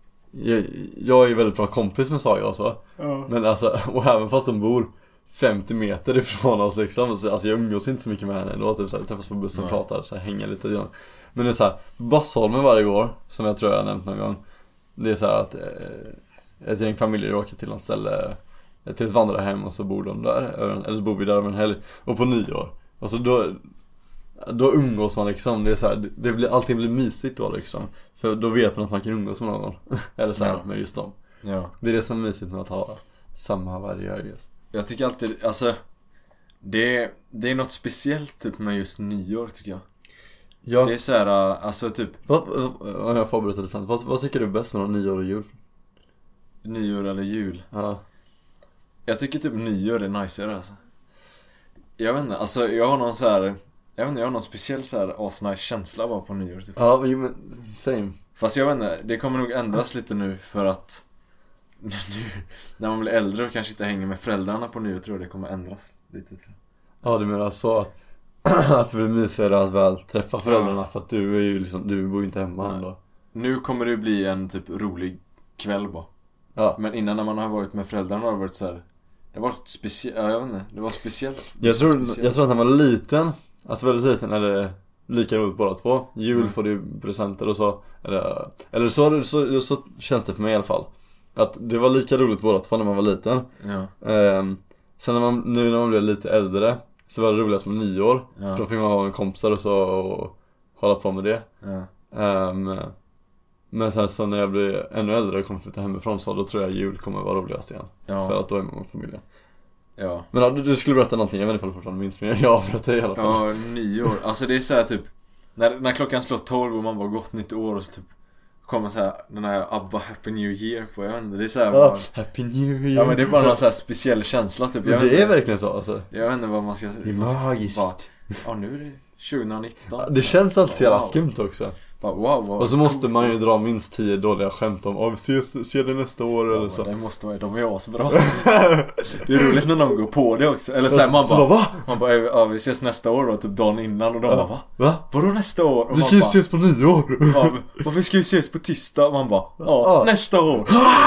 jag är väldigt bra kompis med Saga och så. Ja. Men alltså, och även fast de bor 50 meter ifrån oss liksom, så alltså jag umgås inte så mycket med henne då, typ så här, vi träffas på bussen och pratar så här, hänger lite grann. Men det är så här, Bassholmen varje år, som jag tror jag har nämnt någon gång. Det är så här att ett gäng familjer åker till något ställe, till ett vandrarhem, och så bor de där, eller så bor vi där över en helg. Och på nyår, och så då umgås man liksom. Det är så här, allting blir mysigt då liksom. För då vet man att man kan umgås med någon. Eller så här, med just dem. Ja. Det är det som är mysigt med att ha samma varje år. Jag tycker alltid, alltså det är något speciellt typ med just nyår tycker jag. Ja. Det är så här, alltså typ jag får berätta lite sant. Vad tycker du är bäst med nyår och jul? Nyår eller jul? Ja. Jag tycker typ nyår är niceare alltså. Jag vet inte, alltså jag har någon så här, jag har någon speciell så här asnice känsla bara på nyår typ. Ja, men same. Fast jag vet inte, det kommer nog ändras lite nu för att nu, när man blir äldre och kanske inte hänger med föräldrarna på nyår, tror jag det kommer ändras lite. Ja, du menar så att det blir mysigare att väl träffa föräldrarna, för att du är ju liksom, du bor ju inte hemma ändå. Nu kommer det bli en typ rolig kväll bara. Ja. Men innan när man har varit med föräldrarna har det varit så här, det var speciellt, jag vet inte, det var speciellt. Jag tror att när man var liten, alltså väldigt liten, är det lika roligt båda två. Jul får du presenter och så, eller så känns det för mig i alla fall. Att det var lika roligt båda två när man var liten. Ja. Sen när man blev lite äldre så var det roligast med nyår. Ja. För då fick man ha en kompisar och så och hålla på med det. Ja. Men sen så när jag blir ännu äldre och kommer flytta hemifrån, så då tror jag jul kommer vara roligast igen. Ja. För att då är man med familjen. Ja. Men du skulle berätta någonting, jag vet inte om du fortfarande minns, men jag berättar i alla fall. Ja, nyår. Alltså det är så här typ när klockan slår 12 och man bara gott nytt år, och så typ kommer så här den här ABBA Happy New Year på, jag vet inte, det är så här bara, Happy New Year. Ja, men det är bara någon så här speciell känsla typ. Men det är verkligen så alltså. Jag vet inte vad man ska. Det är magiskt. Ja, nu är det 2019. Det känns alltid så jävla skumt också. Wow, och så måste man ju dra minst 10 dåliga skämt om vi ser det nästa år eller så. Det måste vara, de är asbra. Det är roligt när de går på det också. Eller så här, man bara ja, vi ses nästa år då, typ dagen innan, och de bara va? Vadå nästa år? Och vi ska ju ses på nyår. Ja, vi ska ju ses på tisdag. Man bara nästa år.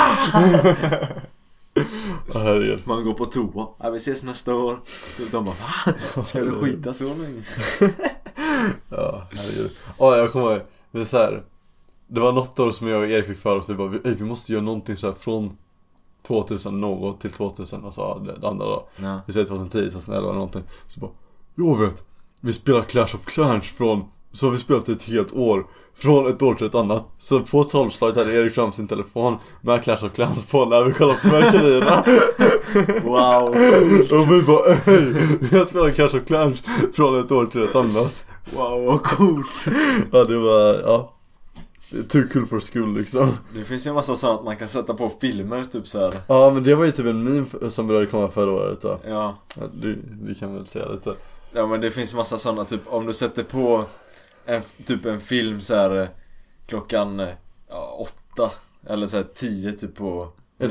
Man går på toa. Ja, vi ses nästa år. De bara va? Ska du skita så länge? Ja, herregud. Jag kommer ihåg, det är så här, det var något år som jag och Erik fick för oss, vi måste göra någonting så här från 2000 något till 2000, och så det andra då. Ja. Vi säger 2010, 2011 eller någonting. Så bara, jag vet, vi spelar Clash of Clans så har vi spelat ett helt år, från ett år till ett annat. Så på 12-slaget hade Erik fram sin telefon med Clash of Clans på när vi kollade på märkerierna. Wow. Och vi bara, jag spelar Clash of Clans från ett år till ett annat. Wow, vad coolt. Ja, det var, Det är too cool for school liksom. Det finns ju en massa sånt att man kan sätta på filmer typ så här. Ja, men det var ju typ en meme som började komma förra året då. Ja. Du kan väl säga lite. Ja, men det finns massa sådana typ, om du sätter på en film så här klockan 8 eller så här 10 typ på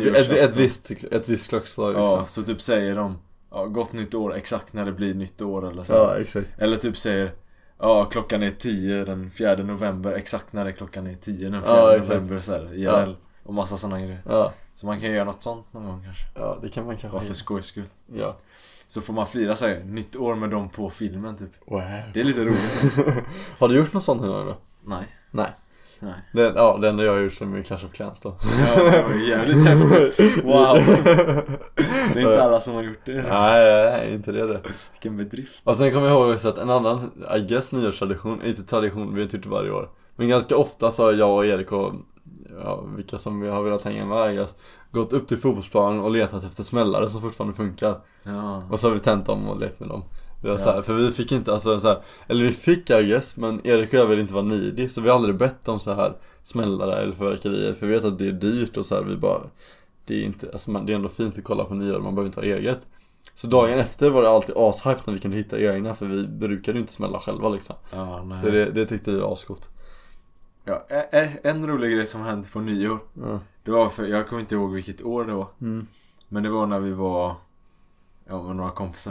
ett visst klockslag liksom. Ja, så typ säger de gott nytt år exakt när det blir nytt år eller så. Ja, exakt. Eller typ säger klockan är 10 den 4 november exakt när det klockan är 10 den 4 november så här, IRL och massa sådana grejer. Ja. Så man kan göra något sånt någon gång kanske. Ja, det kan man kanske. Bara för skojs skull. Ja. Så får man fira sig nytt år med dem på filmen typ. Wow. Det är lite roligt. Har du gjort något sånt någon gång då? Nej. Det enda jag har gjort som är Clash of Clans då. Ja, det var jävligt häftigt. Wow. Det är inte alla som har gjort det. Nej, inte det. Vilken bedrift. Och sen kommer jag ihåg också att en annan, I guess, nyårstradition, inte tradition, vi har inte gjort det varje år. Men ganska ofta så har jag och Erik och vilka som vi har velat hänga med, I guess, gått upp till fotbollsplanen och letat efter smällare som fortfarande funkar. Ja. Och så har vi tänt dem och lekt med dem. Så här, för vi fick inte, alltså så här, eller vi fick I guess, men Erik och jag vill inte vara needy, så vi har aldrig bett om så här smällare eller förverkerier, för vi vet att det är dyrt och så här, vi bara, det är inte, alltså det är ändå fint att kolla på nyår, man behöver inte ha eget. Så dagen efter var det alltid ashype när vi kunde hitta egna, för vi brukade inte smälla själva liksom. Ja, nej. Så det tyckte vi var asgott. Ja, en rolig grej som hände på nyår. Ja. Det var för, jag kommer inte ihåg vilket år det var. Men det var när vi var med några kompisar.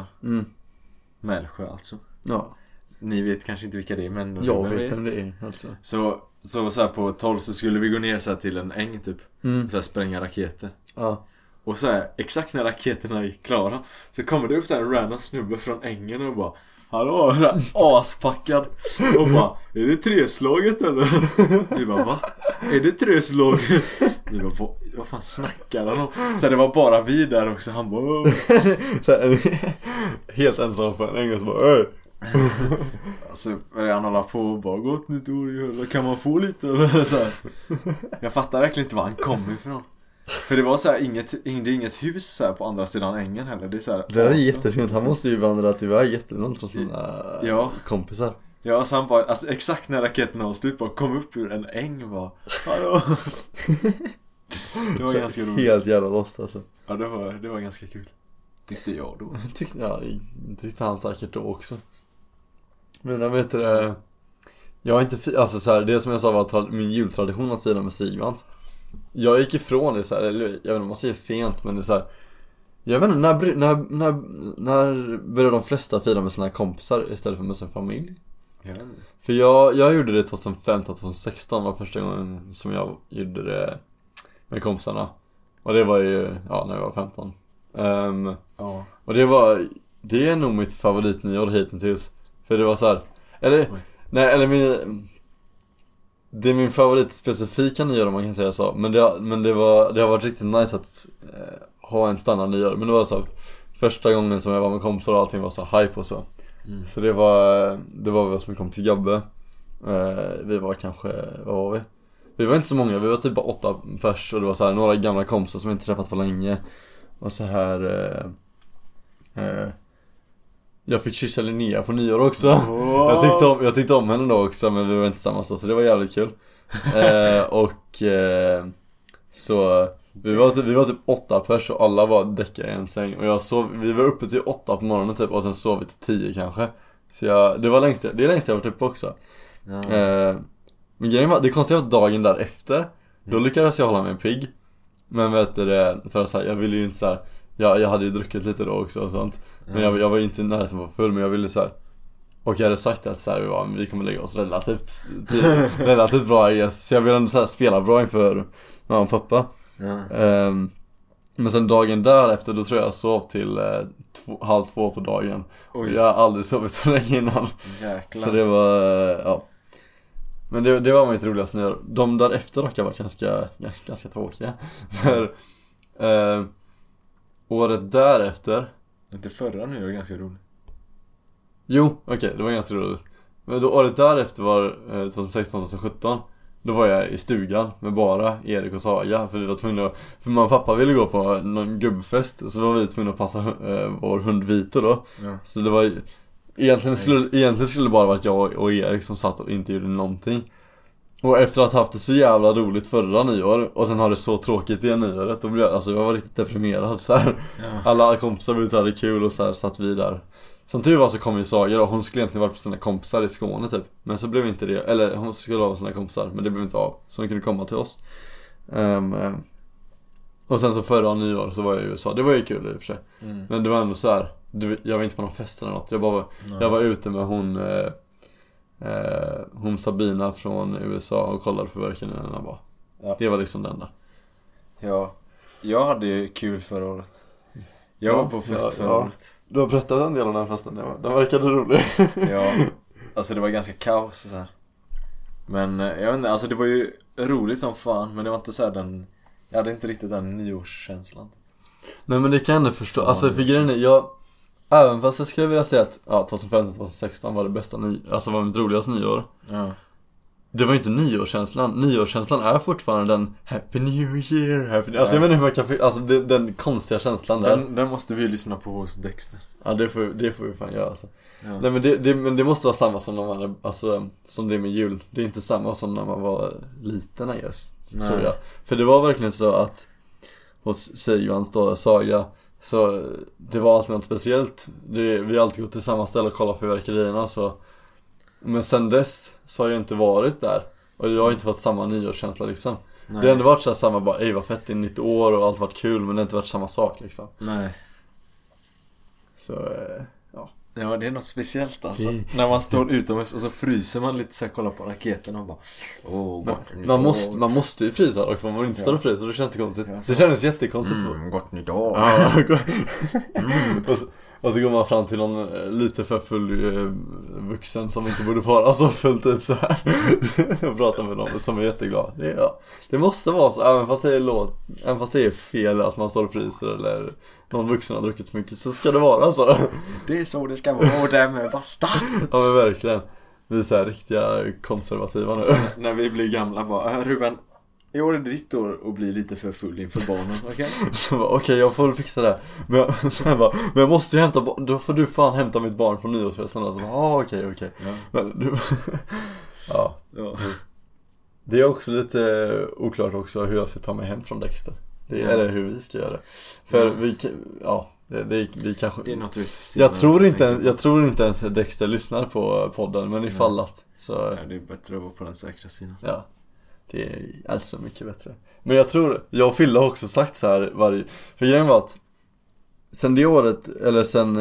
Mälsjö alltså. Ja. Ni vet kanske inte vilka det är, men jag vet vem det är alltså. Så här på 12 så skulle vi gå ner så här till en äng typ. Så här spränga raketer. Ja. Och så här, exakt när raketerna är klara så kommer det upp så här en random snubbe från ängen och bara, hallå, så här, aspackad. Och bara, är det treslaget eller? Vi bara, va? Är det treslaget? Vi bara, vad fan snackar han om? Så det var bara vi där också. Han bara, så här, helt ensam på en äng och så bara, alltså han hålla på och bara, gott nytt år, kan man få lite? Så här. Jag fattar verkligen inte var han kom ifrån. För det var så här, inget hus så här på andra sidan ängen heller. Det är så här, det är jätteskumt. Han måste ju vandra till väg jättelångt från sina kompisar. Ja, så han bara, alltså exakt när raketen var slut, bara kom upp ur en äng bara, hallå. Det var ganska roligt. Helt jävla lost alltså. Ja, det var ganska kul. Tyckte jag då. Tyckte han säkert då också. Men jag vet det. Jag har inte alltså så här, det som jag sa var min jultradition att fira med Sigvans. Jag gick ifrån det så här, eller jag vet inte om man säger sent, men det är så här, jag vet inte, när började de flesta fira med sina kompisar istället för med sin familj? För jag gjorde det 2015-2016 var första gången som jag gjorde det med kompisarna. Och det var ju, när jag var 15. Och det är nog mitt favoritnyår hittills. För det var så här, det är min favorit specifika nyår om man kan säga så. Men det har varit riktigt nice att ha en standard nyår. Men det var så första gången som jag var med kompisar och allting var så hype och så. Så det var vi som kom till Gabbe. Vi var kanske, vad var vi? Vi var inte så många, vi var typ bara 8 pers. Och det var så här, några gamla kompisar som inte träffat på länge. Och så här jag fick kyssa Linnea på nyår också. Jag tyckte om henne då också, men vi var inte tillsammans då, så det var jävligt kul. Så vi var typ 8 pers och alla var däckade i en säng. Och vi var uppe till 8 på morgonen typ, och sen sov vi till 10 kanske. Så det är längst jag varit uppe också. Men grejen var, det konstiga var dagen därefter. Då lyckades jag hålla mig pigg. Men vet du det, för att säga, jag ville ju inte så här. Jag hade ju druckit lite då också och sånt. Men jag var ju inte nästan på full, men jag ville så här. Och jag hade sagt att så här, vi kommer lägga oss relativt bra i. Så jag ville ändå så här spela bra inför mamma och pappa. Men sen dagen därefter, då tror jag sov till 1:30 på dagen. Oj. Jag har aldrig sovit så länge innan. Jäklar. Så det var, men det var mitt roligaste nyår. De därefter dock har varit ganska tråkiga. För året därefter, inte förra nu, det var ganska roligt. Jo, okej, det var ganska roligt. Men då året därefter var 2016-2017. Då var jag i stugan med bara Erik och Saga. För vi var tvungna, för mamma och pappa ville gå på någon gubbfest. Så var vi tvungna att passa vår hund Vito då. Så det var egentligen skulle det bara varit jag och Erik som satt och inte gjorde någonting. Och efter att ha haft det så jävla roligt förra nyår och sen har det så tråkigt det nyåret, då blev jag var riktigt deprimerad så här. Ja. Alla kompisar var ute och hade kul och så här satt vi där. Som tur var så kom ju Saga då, hon skulle egentligen varit på sina kompisar i Skåne typ. Men så blev inte det, eller hon skulle vara på sina kompisar, men det blev inte av. Så hon kunde komma till oss. Och sen så förra nyår så var jag i USA, det var ju kul i och för sig. Men det var ändå så här, jag var inte på någon fest eller något. Jag var ute med hon Sabina från USA och kollade på fyrverkerierna bara. Ja. Det var liksom den där. Ja, jag hade ju kul förra året. Jag var på fest förra året. Du har berättat en del om den festen, den verkade rolig. Ja, alltså det var ganska kaos så här. Men jag vet inte, alltså det var ju roligt som fan, men det var inte så här jag hade inte riktigt den nyårskänslan. Nej, men det kan jag ändå förstå. Alltså för grejen är, även fast jag skulle vilja säga att 2015-2016 var det bästa alltså var mitt roligaste nyår. Ja. Det var inte nyårskänslan. Nyårskänslan är fortfarande den Happy New Year, alltså jag vet inte hur man kan alltså den konstiga känslan där. Den måste vi lyssna på hos Dexter. Ja, det får vi fan göra alltså. Ja. Nej, men det måste vara samma som när man alltså som det med jul. Det är inte samma som när man var liten, I guess, tror jag. För det var verkligen så att hos Sigvans då, Saga, så det var alltid något speciellt. Vi har alltid gått till samma ställe och kollat fyrverkerierna så. Men sen dess så har jag inte varit där. Och jag har inte fått samma nyårskänsla liksom. Nej. Det har ändå varit så här samma bara, vad fett, det är nytt år och allt varit kul. Men det har inte varit samma sak liksom. Nej. Så, ja. Ja, det är något speciellt alltså. När man står utomhus och så fryser man lite så här, kollar på raketen och bara man måste ju frysa dock, för man inte står och fryser, då känns det konstigt. Ja, det kändes jättekonstigt. Gott nytt år. Och så går man fram till någon lite för full vuxen som inte borde vara så full typ så här. Och pratar med någon som är jätteglad. Det måste vara så, även fast det är fel att man står och fryser eller någon vuxen har druckit för mycket, så ska det vara så. Det är så det ska vara, det med basta. Ja, men verkligen. Vi är så här riktiga konservativa nu. Så när vi blir gamla bara, Ruben, i år är det ditt år att bli lite för full inför barnen, okej? Så bara, okej, jag får fixa det. Men jag måste ju hämta, då får du fan hämta mitt barn på nyårsfesten då. Så bara, okej. Ja. Men du, ja. Det är också lite oklart också hur jag ska ta mig hem från Dexter. Eller hur vi ska göra det. För vi kanske, det är något vi jag tror inte ens Dexter lyssnar på podden, men ifall att så ja, det är bättre att vara på den säkra sidan. Ja. Det är alltså mycket bättre. Men jag tror, jag och Fille har också sagt så här för grejen var att sen det året, eller sen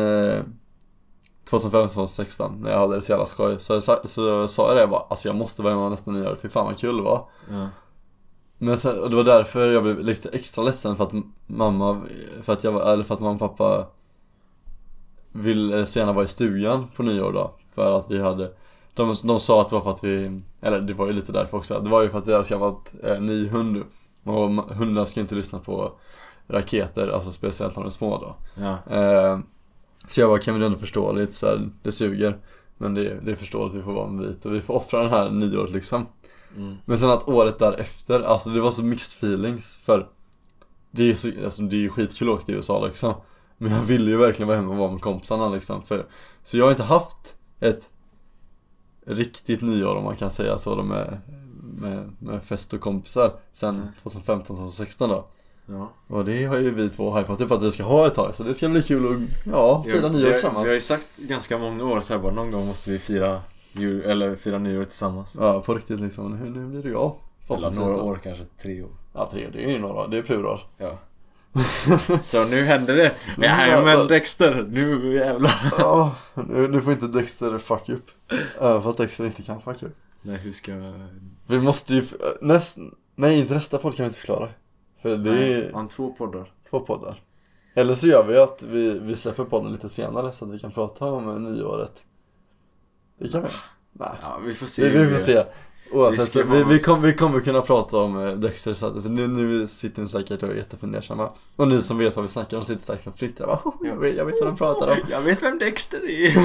2015-2016 när jag hade det så jävla skoj, så sa jag det bara, alltså jag måste vara med nästa nyår, för fan vad kul det var. Ja. Men sen, och det var därför jag blev lite extra ledsen för att mamma och pappa ville så gärna vara i stugan på nyår då, för att vi hade de sa att det var för att vi, eller det var ju lite därför också, det var ju för att vi hade skaffat ny hund. Och hundarna ska inte lyssna på raketer, alltså speciellt när de är små då. Ja. Så jag bara, kan vi ändå förstå lite så här, det suger. Men det är förståeligt att vi får vara med vit och vi får offra den här nyåret liksom. Men sen att året därefter, alltså det var så mixed feelings, för det är så, alltså det är ju skitkul att åka till USA liksom. Men jag ville ju verkligen vara hemma och vara med kompisarna liksom, så jag har inte haft ett riktigt nyår, om man kan säga så då, med fest och kompisar sen 2015-2016 då. Ja. Och det har ju vi två hypat upp att vi ska ha ett tag, så det ska bli kul att fira nyår tillsammans. Vi har ju sagt ganska många år så här, bara någon gång måste vi fira nyår tillsammans. Ja, på riktigt liksom. Nu blir det jag. Eller några år, kanske 3 år. Ja, 3 år, det är ju några, det är plural. Ja. Så nu händer det. Nej, men Dexter, nu jävlar. Ja, nu får inte Dexter fuck upp. Fast Dexter inte kan fuck upp. Nej, hur ska vi måste ju nej, inte nästa podd kan vi inte förklara. För det är 2 poddar. 2 poddar. Eller så gör vi att vi släpper podden lite senare så att vi kan prata om nyåret. Det kan vi. Nej. Ja, vi får se. Vi får se. Oavsett, vi kommer kunna prata om Dexter, så att, för nu sitter ni säkert och är jättefundersamma. Och ni som vet vad vi snackar om sitter säkert och flickrar. Jag vet vad de pratar om. Jag vet vem Dexter är.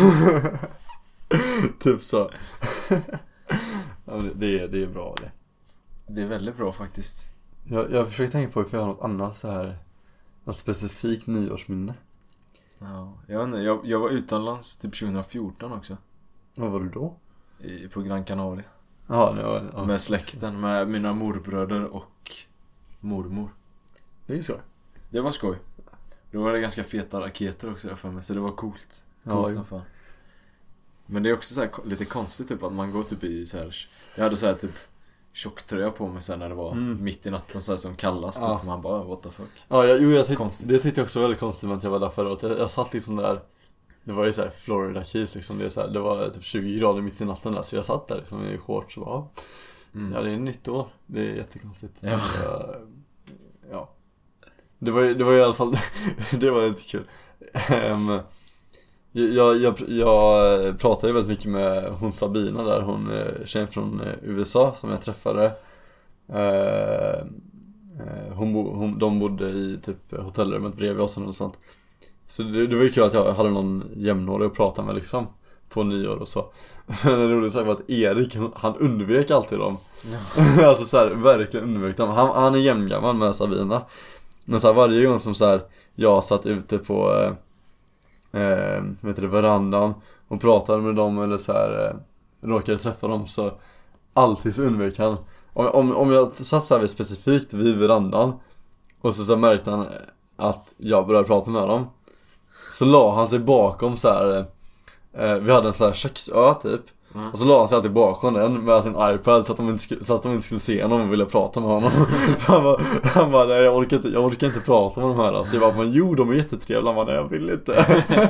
Typ så. Ja, det är bra det. Det är väldigt bra faktiskt. Jag försöker tänka på if jag har något annat så här, något specifikt nyårsminne. Ja, jag vet inte, jag var utomlands typ 2014 också. Vad var du då? På Gran Canaria. Ja, det var, ja. Med släkten, med mina morbröder och mormor. Det är skoj. Det var skoj. Då var det ganska feta raketer också för mig, så det var coolt. Ja, Som fan. Men det är också så här, lite konstigt typ att man går typ i så här. Jag hade så här typ tjocktröja på mig sen när det var mitt i natten så här, som kallast typ. Man bara what the fuck. Ja, det tyckte jag också väldigt konstigt med att jag var där förra året. Jag satt liksom där. Det var ju så här Florida Keys liksom, det var typ 20 grader mitt i natten där, så jag satt där liksom i shorts och bara ja, det är nytt år. Det är jättekonstigt. Ja. Ja. Det var i alla fall det var lite kul. Jag pratade ju väldigt mycket med hon Sabina där, hon tjejen från USA som jag träffade. De bodde i typ hotellrummet bredvid oss och sånt. Så det var ju kul att jag hade någon jämnårig att prata med liksom på nyår och så. Men det roliga var att Erik, han undvek alltid dem. Alltså så här, verkligen undvek dem. Han är jämngammal med Sabina. Men så här, varje gång som så här, jag satt ute på verandan och pratade med dem eller så här, råkade träffa dem, så alltid så undvek han. Om jag satt så här specifikt vid verandan och så märkte han att jag började prata med dem, så la han sig bakom så här. Vi hade en så här köksö typ. Och så la han sig alltid bakom den med sin iPad så att de inte skulle se honom och ville prata med honom. han bara nej, jag orkar inte prata med de här. Så jag bara, men jo, de är jättetrevliga. Han bara, nej, jag vill inte.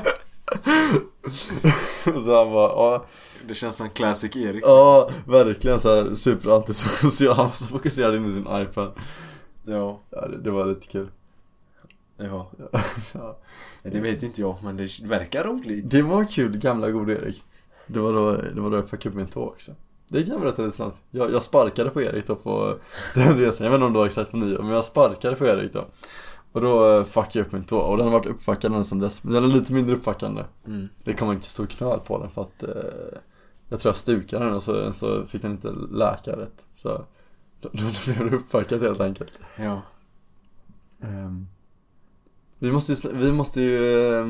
Och så han bara, ja. Det känns som en classic Erik. Ja, verkligen så här super antisocial. Han så fokuserade in i sin iPad. Ja, det var lite kul. Ja. Det vet inte jag, men det verkar roligt. Det var kul, gamla god Erik. Det var då jag fick upp min tå också. Det kan jag berätta lite snabbt. Jag sparkade på Erik då på den resan. Jag vet inte om det var exakt på 9, men jag sparkade på Erik då. Och då fuckade jag upp min tå. Och den har varit uppfackad nästan dess. Men den är lite mindre uppfackande. Det kommer inte stor knöl på den för att jag tror jag stukade den och så fick den inte läka rätt. Så då blev det uppfackat helt enkelt. Ja. Vi måste ju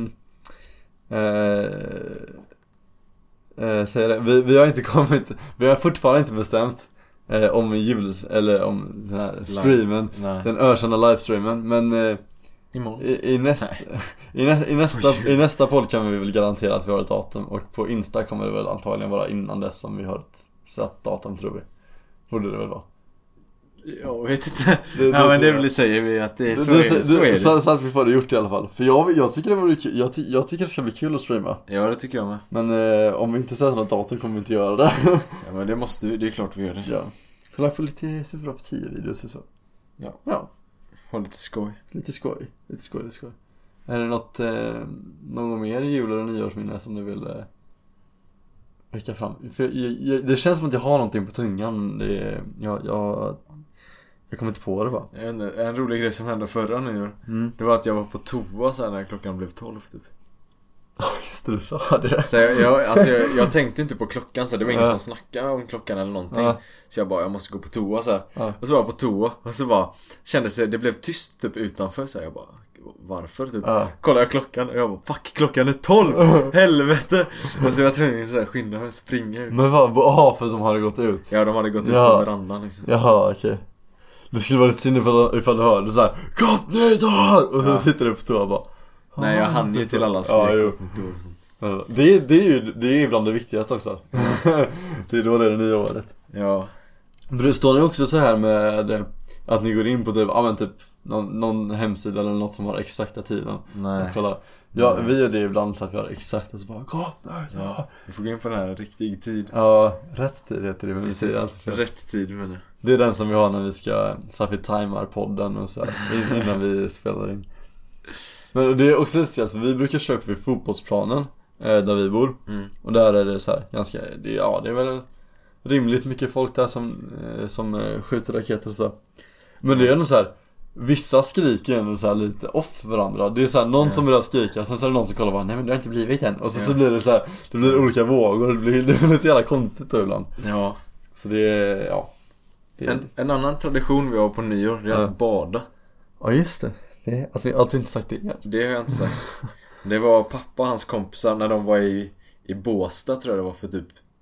säga det. Vi har fortfarande inte bestämt om eller om den här streamen, den ökända livestreamen, men i nästa podd kan vi väl garantera att vi har ett datum, och på Insta kommer det väl antagligen vara innan dess som vi har ett satt datum, tror vi. Borde det väl vara. Jag vet inte. Men det vill säga vi att det är så är det. Så att vi får det gjort i alla fall. För jag tycker det vore kul. Jag tycker det ska bli kul att streama. Ja, det tycker jag med. Men om vi inte sätter något datum kommer vi inte göra det. Ja, men det är klart vi gör det. Ja. Kolla på lite Super 10-videos och så. Ja. Ha lite skoj. Lite skoj. Är det någon mer jul- eller nyårsminne som du vill väcka fram? För det känns som att jag har någonting på tungan. Jag kommer inte på det, va? En rolig grej som hände förra nyår. Det var att jag var på toa så här när klockan blev 12 typ. Just det, du sa det. Så jag tänkte inte på klockan, så det var ingen som snackade om klockan eller någonting. Så jag måste gå på toa så här. Och så var jag på toa och så bara kändes det blev tyst typ utanför, så jag bara varför typ. Kollade jag klockan och jag bara fuck, klockan är 12. Helvete. Och så jag tvungen så här skynda mig, springa ut. Men vad? För att de hade gått ut. Ja, de hade gått ut på verandan liksom. Jaha, okej. Det skulle vara lite synd ifall du hörde så här gott nyår! Och så sitter du på toa och bara nej, jag hann ju till alla skrek. Det är ibland det viktigaste också. Det är då det är det nya året. Ja. Men det står ni också så här med att ni går in på typ någon hemsida eller något som har exakta tiden. Nej. Kolla. Ja, vi gör det ibland så att vi har exakt och så bara ja. Vi får gå in på den här riktig tid. Ja, rätt tid heter det, men vi säger alltid fel. Rätt tid, men det är den som vi har när vi ska så att vi timar podden och så här, innan vi spelar in. Men det är också lite så, för vi brukar köra vid fotbollsplanen där vi bor. Och där är det så här ganska det är väl rimligt mycket folk där som skjuter raketer och så. Men det är ändå så här, vissa skriker ändå så här lite off varandra. Det är så här någon som börjar skrika, sen så är det någon som kollar bara nej men det har inte blivit än. Och så blir det så här, det blir olika vågor, det blir så jävla konstigt då ibland. Ja. Så det är en annan tradition vi har på nyår, det är att bada. Ja, just det. Att vi inte sagt det igen. Det har jag inte sagt. Det var pappa och hans kompisar när de var i Båstad, tror jag det var, för typ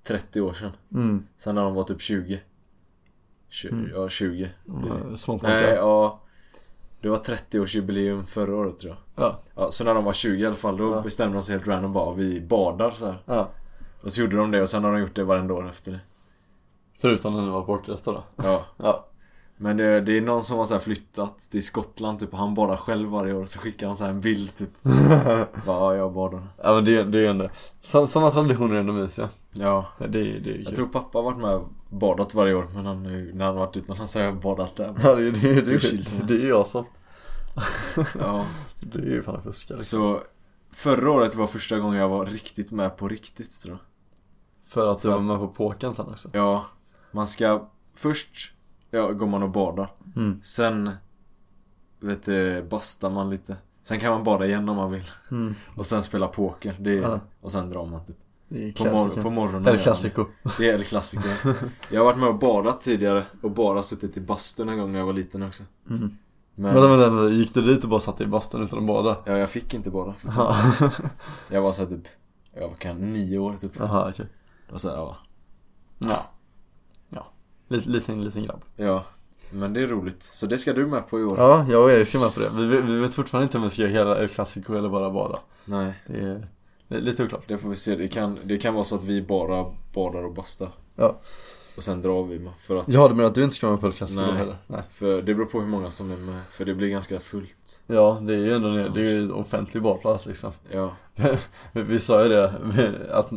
30 år sedan. Sen när de var typ 20. Ja, 20. Nej, ja. Det var 30-årsjubileum förra året tror jag. Ja, så när de var 20 i alla fall, då bestämde de sig helt random bara, vi badar så här. Ja. Och så gjorde de det och sen har de gjort det varenda år efter det. Förutom när de var bortresta då. Ja. Men det är någon som har så här flyttat till Skottland typ, och han badar själv varje år, så skickar han så här en bild typ. Ja, jag badar. Ja, men det är ändå sådana traditioner är ändå mysiga. Ja. Det är jag tror pappa har varit med och badat varje år, men när han varit utomlands så har jag badat där. Ja, det är jag som. Ja. Det är ju fan fuskar. Så förra året var första gången jag var riktigt med på riktigt, tror jag. För att du var med på påken sen också. Ja. Man ska först går man och badar. Sen bastar man lite. Sen kan man bada igen om man vill. Och sen spela poker. Och sen drar man typ. På morgonen. El Clasico. Det är El Clasico. Jag har varit med och badat tidigare. Och bara suttit i bastun en gång när jag var liten också. Men gick du dit och bara satt i bastun utan att bada? Ja, jag fick inte bada. Jag var så här typ, jag var kanske 9 år typ. Aha, okej. Det var så här, Ja. Liten grabb. Ja, men det är roligt. Så det ska du med på i år. Ja, jag och Erik ska med på det. Vi vet fortfarande inte om vi ska göra hela El Clasico eller bara bada. Nej. Det är lite oklart. Det får vi se. Det kan vara så att vi bara badar och bastar. Ja. Och sen drar vi med. För att... Ja, det menar att du inte ska vara med på El Clasico heller. Nej, för det beror på hur många som är med. För det blir ganska fullt. Ja, det är ju ändå det är ju en offentlig badplats liksom. Ja. Vi sa ju det att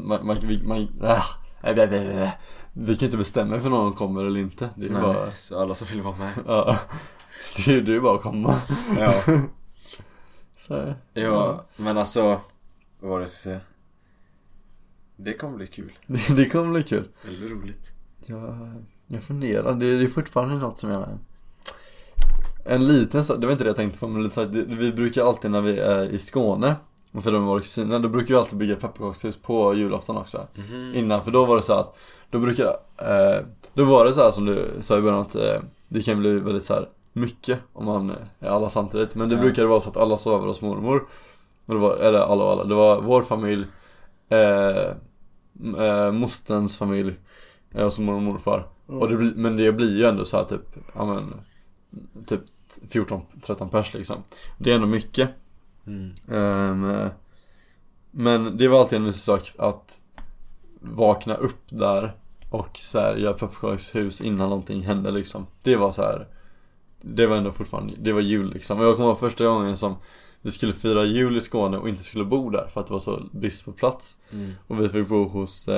vi kan inte bestämma för någon kommer eller inte. Det är Nej, bara så alla som vill vara med. Ja. Det är ju bara att komma. Ja. Så, ja, men alltså vad var det jag ska säga? Det kommer bli kul. Det kommer bli kul. Väldigt roligt. Jag funderar, det är fortfarande något som jag en liten så, det var inte det jag tänkte på, men lite så att vi brukar alltid när vi är i Skåne och för de var kusiner, då brukar vi alltid bygga pepparkakshus på julafton också. Innan, för då var det så att då var det så här som du sa i början att det kan bli väldigt så här mycket om man är alla samtidigt, men det brukade vara så att alla sover hos mormor. Och det var, eller alla, det var vår familj, mosterns familj och så mormor och morfar. Och men det blir ju ändå så här typ 14-13 pers liksom. Det är ändå mycket. Men det var alltid en sak att vakna upp där och så här göra pepparkakshus innan någonting hände liksom. Det var så här, det var ändå fortfarande, det var jul liksom. Och jag kommer ihåg första gången som vi skulle fira jul i Skåne och inte skulle bo där för att det var så brist på plats. Och vi fick bo hos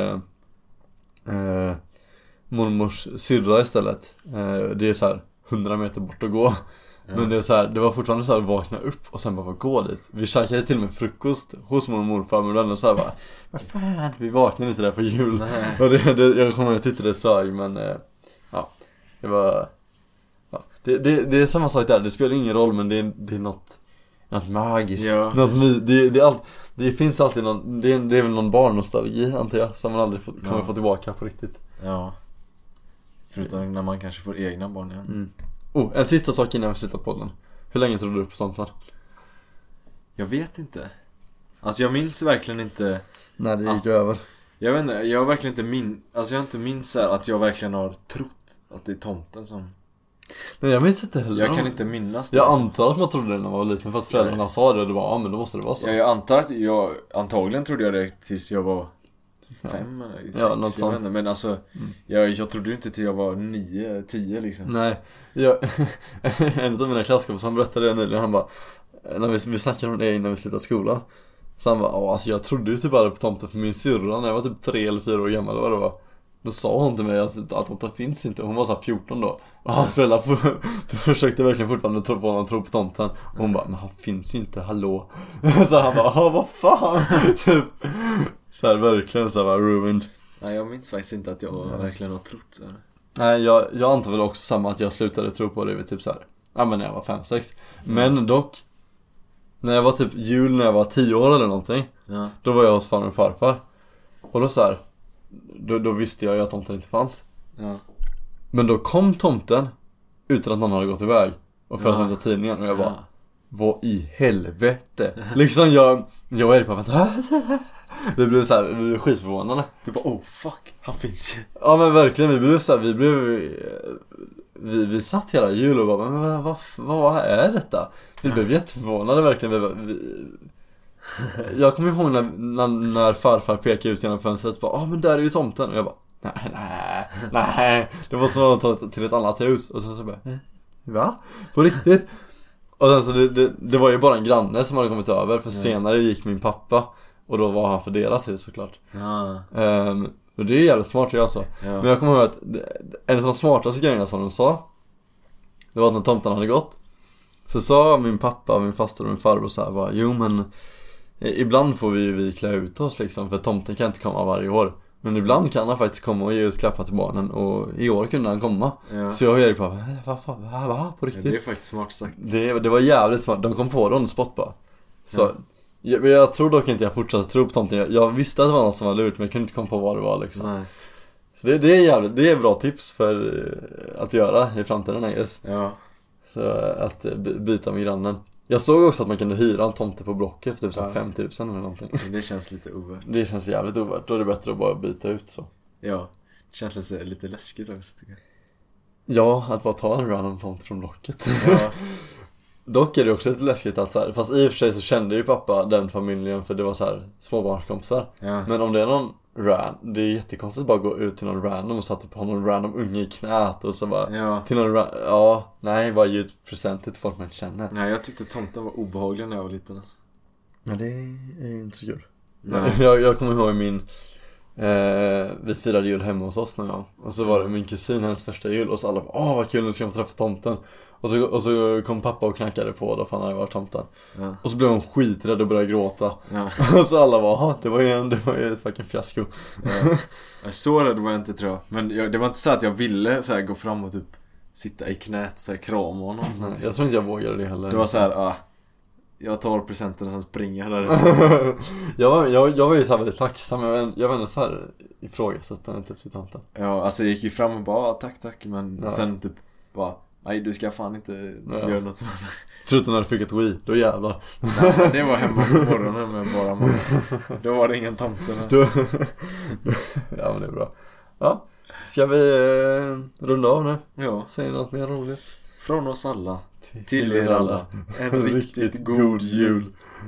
mormors syrra istället. Det är så här 100 meter bort att gå. Men det är så här, det var fortfarande så här vakna upp och sen bara gå dit. Vi käkade till och med frukost hos mormor och morfar, men ändå så här bara, vad fan, vi vaknade inte där på jul. Och jag kommer att titta det sög, men det var det är samma sak där. Det spelar ingen roll, men det är något magiskt. Ja. Det finns alltid någon, det är väl någon barnnostalgi antar jag, som man aldrig kommer få tillbaka på riktigt. Ja. Förutom när man kanske får egna barn igen. En sista sak innan vi slutar podden. Hur länge tror du på sånt här? Jag vet inte. Alltså jag minns verkligen inte när det gick över. Jag vet inte, jag har verkligen inte jag har inte minns att jag verkligen har trott att det är tomten som... Nej, jag minns inte heller. Jag kan inte minnas det. Jag antar att man trodde det när man var liten, fast föräldrarna sa det och det var, men då måste det vara så. Jag antar att antagligen trodde jag det tills jag var 5 eller 6, något sånt. Men alltså jag trodde inte till jag var 9, 10 liksom. Nej, en av mina klasskompisar, han berättade det nyligen. Han bara, när vi snackade om det innan vi slutade skolan, så han bara, alltså jag trodde ju typ bara på tomten för min syrra när jag var typ 3 eller 4 år gammal eller vad det var. Då sa hon till mig att tomten finns inte. Hon var så här 14 då. Och hans föräldrar försökte verkligen fortfarande tro på tomten. Och hon bara, men han finns ju inte, hallå. Så han bara, vad fan. Typ. Så här verkligen så här ruined. Nej, jag minns faktiskt inte att jag verkligen har trott så här. Nej, jag antar väl också samma att jag slutade tro på det vid typ så här. Ja, men när jag var 5-6. Men dock, när jag var typ jul när jag var 10 år eller någonting. Då var jag hos farmor och farfar. Och då så här, då visste jag ju att tomten inte fanns. Men då kom tomten utan att någon hade gått iväg och för att hämta tidningen. Och jag bara, vad i helvete. Liksom jag är på vänta. Vi blev så här, vi blev skitförvånade. Du bara, oh fuck, han finns ju. Ja men verkligen, vi blev så här, vi satt hela jul och bara, men vad är detta? Vi blev jätteförvånade verkligen. Jag kommer ihåg när farfar pekade ut genom fönstret och bara, men där är ju tomten. Och jag bara, nej. Det var som att ta till ett annat hus. Och så bara, va? På riktigt? Och sen så det var ju bara en granne som hade kommit över. För senare gick min pappa. Och då var han för deras hus såklart. Och det är jävligt smart alltså. Men jag kommer ihåg att en av de smartaste grejerna som de sa, det var att när tomten hade gått, så sa min pappa, min faster och min farbror så här bara, jo men ibland får vi klä ut oss liksom, för tomten kan inte komma varje år. Men ibland kan han faktiskt komma och ge ut klappar till barnen. Och i år kunde han komma. Så jag och Erik bara, vad på riktigt? Det är faktiskt smart sagt. Det var jävligt smart, de kom på det on spot bara. Så jag tror dock inte jag fortsatte tro på tomten. Jag visste att det var någon som var lurt, men jag kunde inte komma på vad det var liksom. Nej. Så det är bra tips för att göra i framtiden, I guess. Ja. Så att byta med grannen. Jag såg också att man kunde hyra en tomte på Blocket för typ 5 000 eller någonting. Det känns lite ovärt. Det känns jävligt ovärt. Då är det bättre att bara byta ut så. Ja, det känns lite läskigt också tycker jag. Ja, att bara ta en random tomt från Blocket. Ja. Dock är det också lite läskigt att så här, fast i och för sig så kände ju pappa den familjen, för det var så här småbarnskompisar. Ja. Men om det är någon det är jättekonstigt att bara gå ut till någon random och sätta på någon random unge i knät och så bara till någon bara ge ut presenter till folk man inte känner. Nej, jag tyckte tomten var obehaglig när jag var liten alltså. Ja, det är ju inte så kul. Jag kommer ihåg vi firade jul hemma hos oss någon gång. Och så var det min kusin, hennes första jul. Och så alla bara, vad kul, nu ska jag få träffa tomten. Och så kom pappa och knackade på då, för han hade varit tomten. Och så blev hon skiträdd och började gråta. Och så alla bara, det var ju ett fucking fiasko. Så rädd var jag inte, tror jag. Men det var inte så att jag ville så här, gå fram och typ sitta i knät så här, krama honom och sånt. Jag tror inte jag vågade det heller. Det var så här, jag tar presenten och sen springer där. jag var ju så här väldigt tacksam. Jag var ändå så här ifrågasättande typ till tomten. Ja, alltså jag gick ju fram och bara, tack. Men sen typ bara, nej, du ska fan inte göra något. Förutom när du fick ett Wii, då jävlar. Nej, det var hemma på morgonen med bara mamma. Då var det ingen tomte. Ja, men det är bra. Ja, ska vi runda av nu? Ja. Säg något mer roligt. Från oss alla till er alla. En riktigt god jul.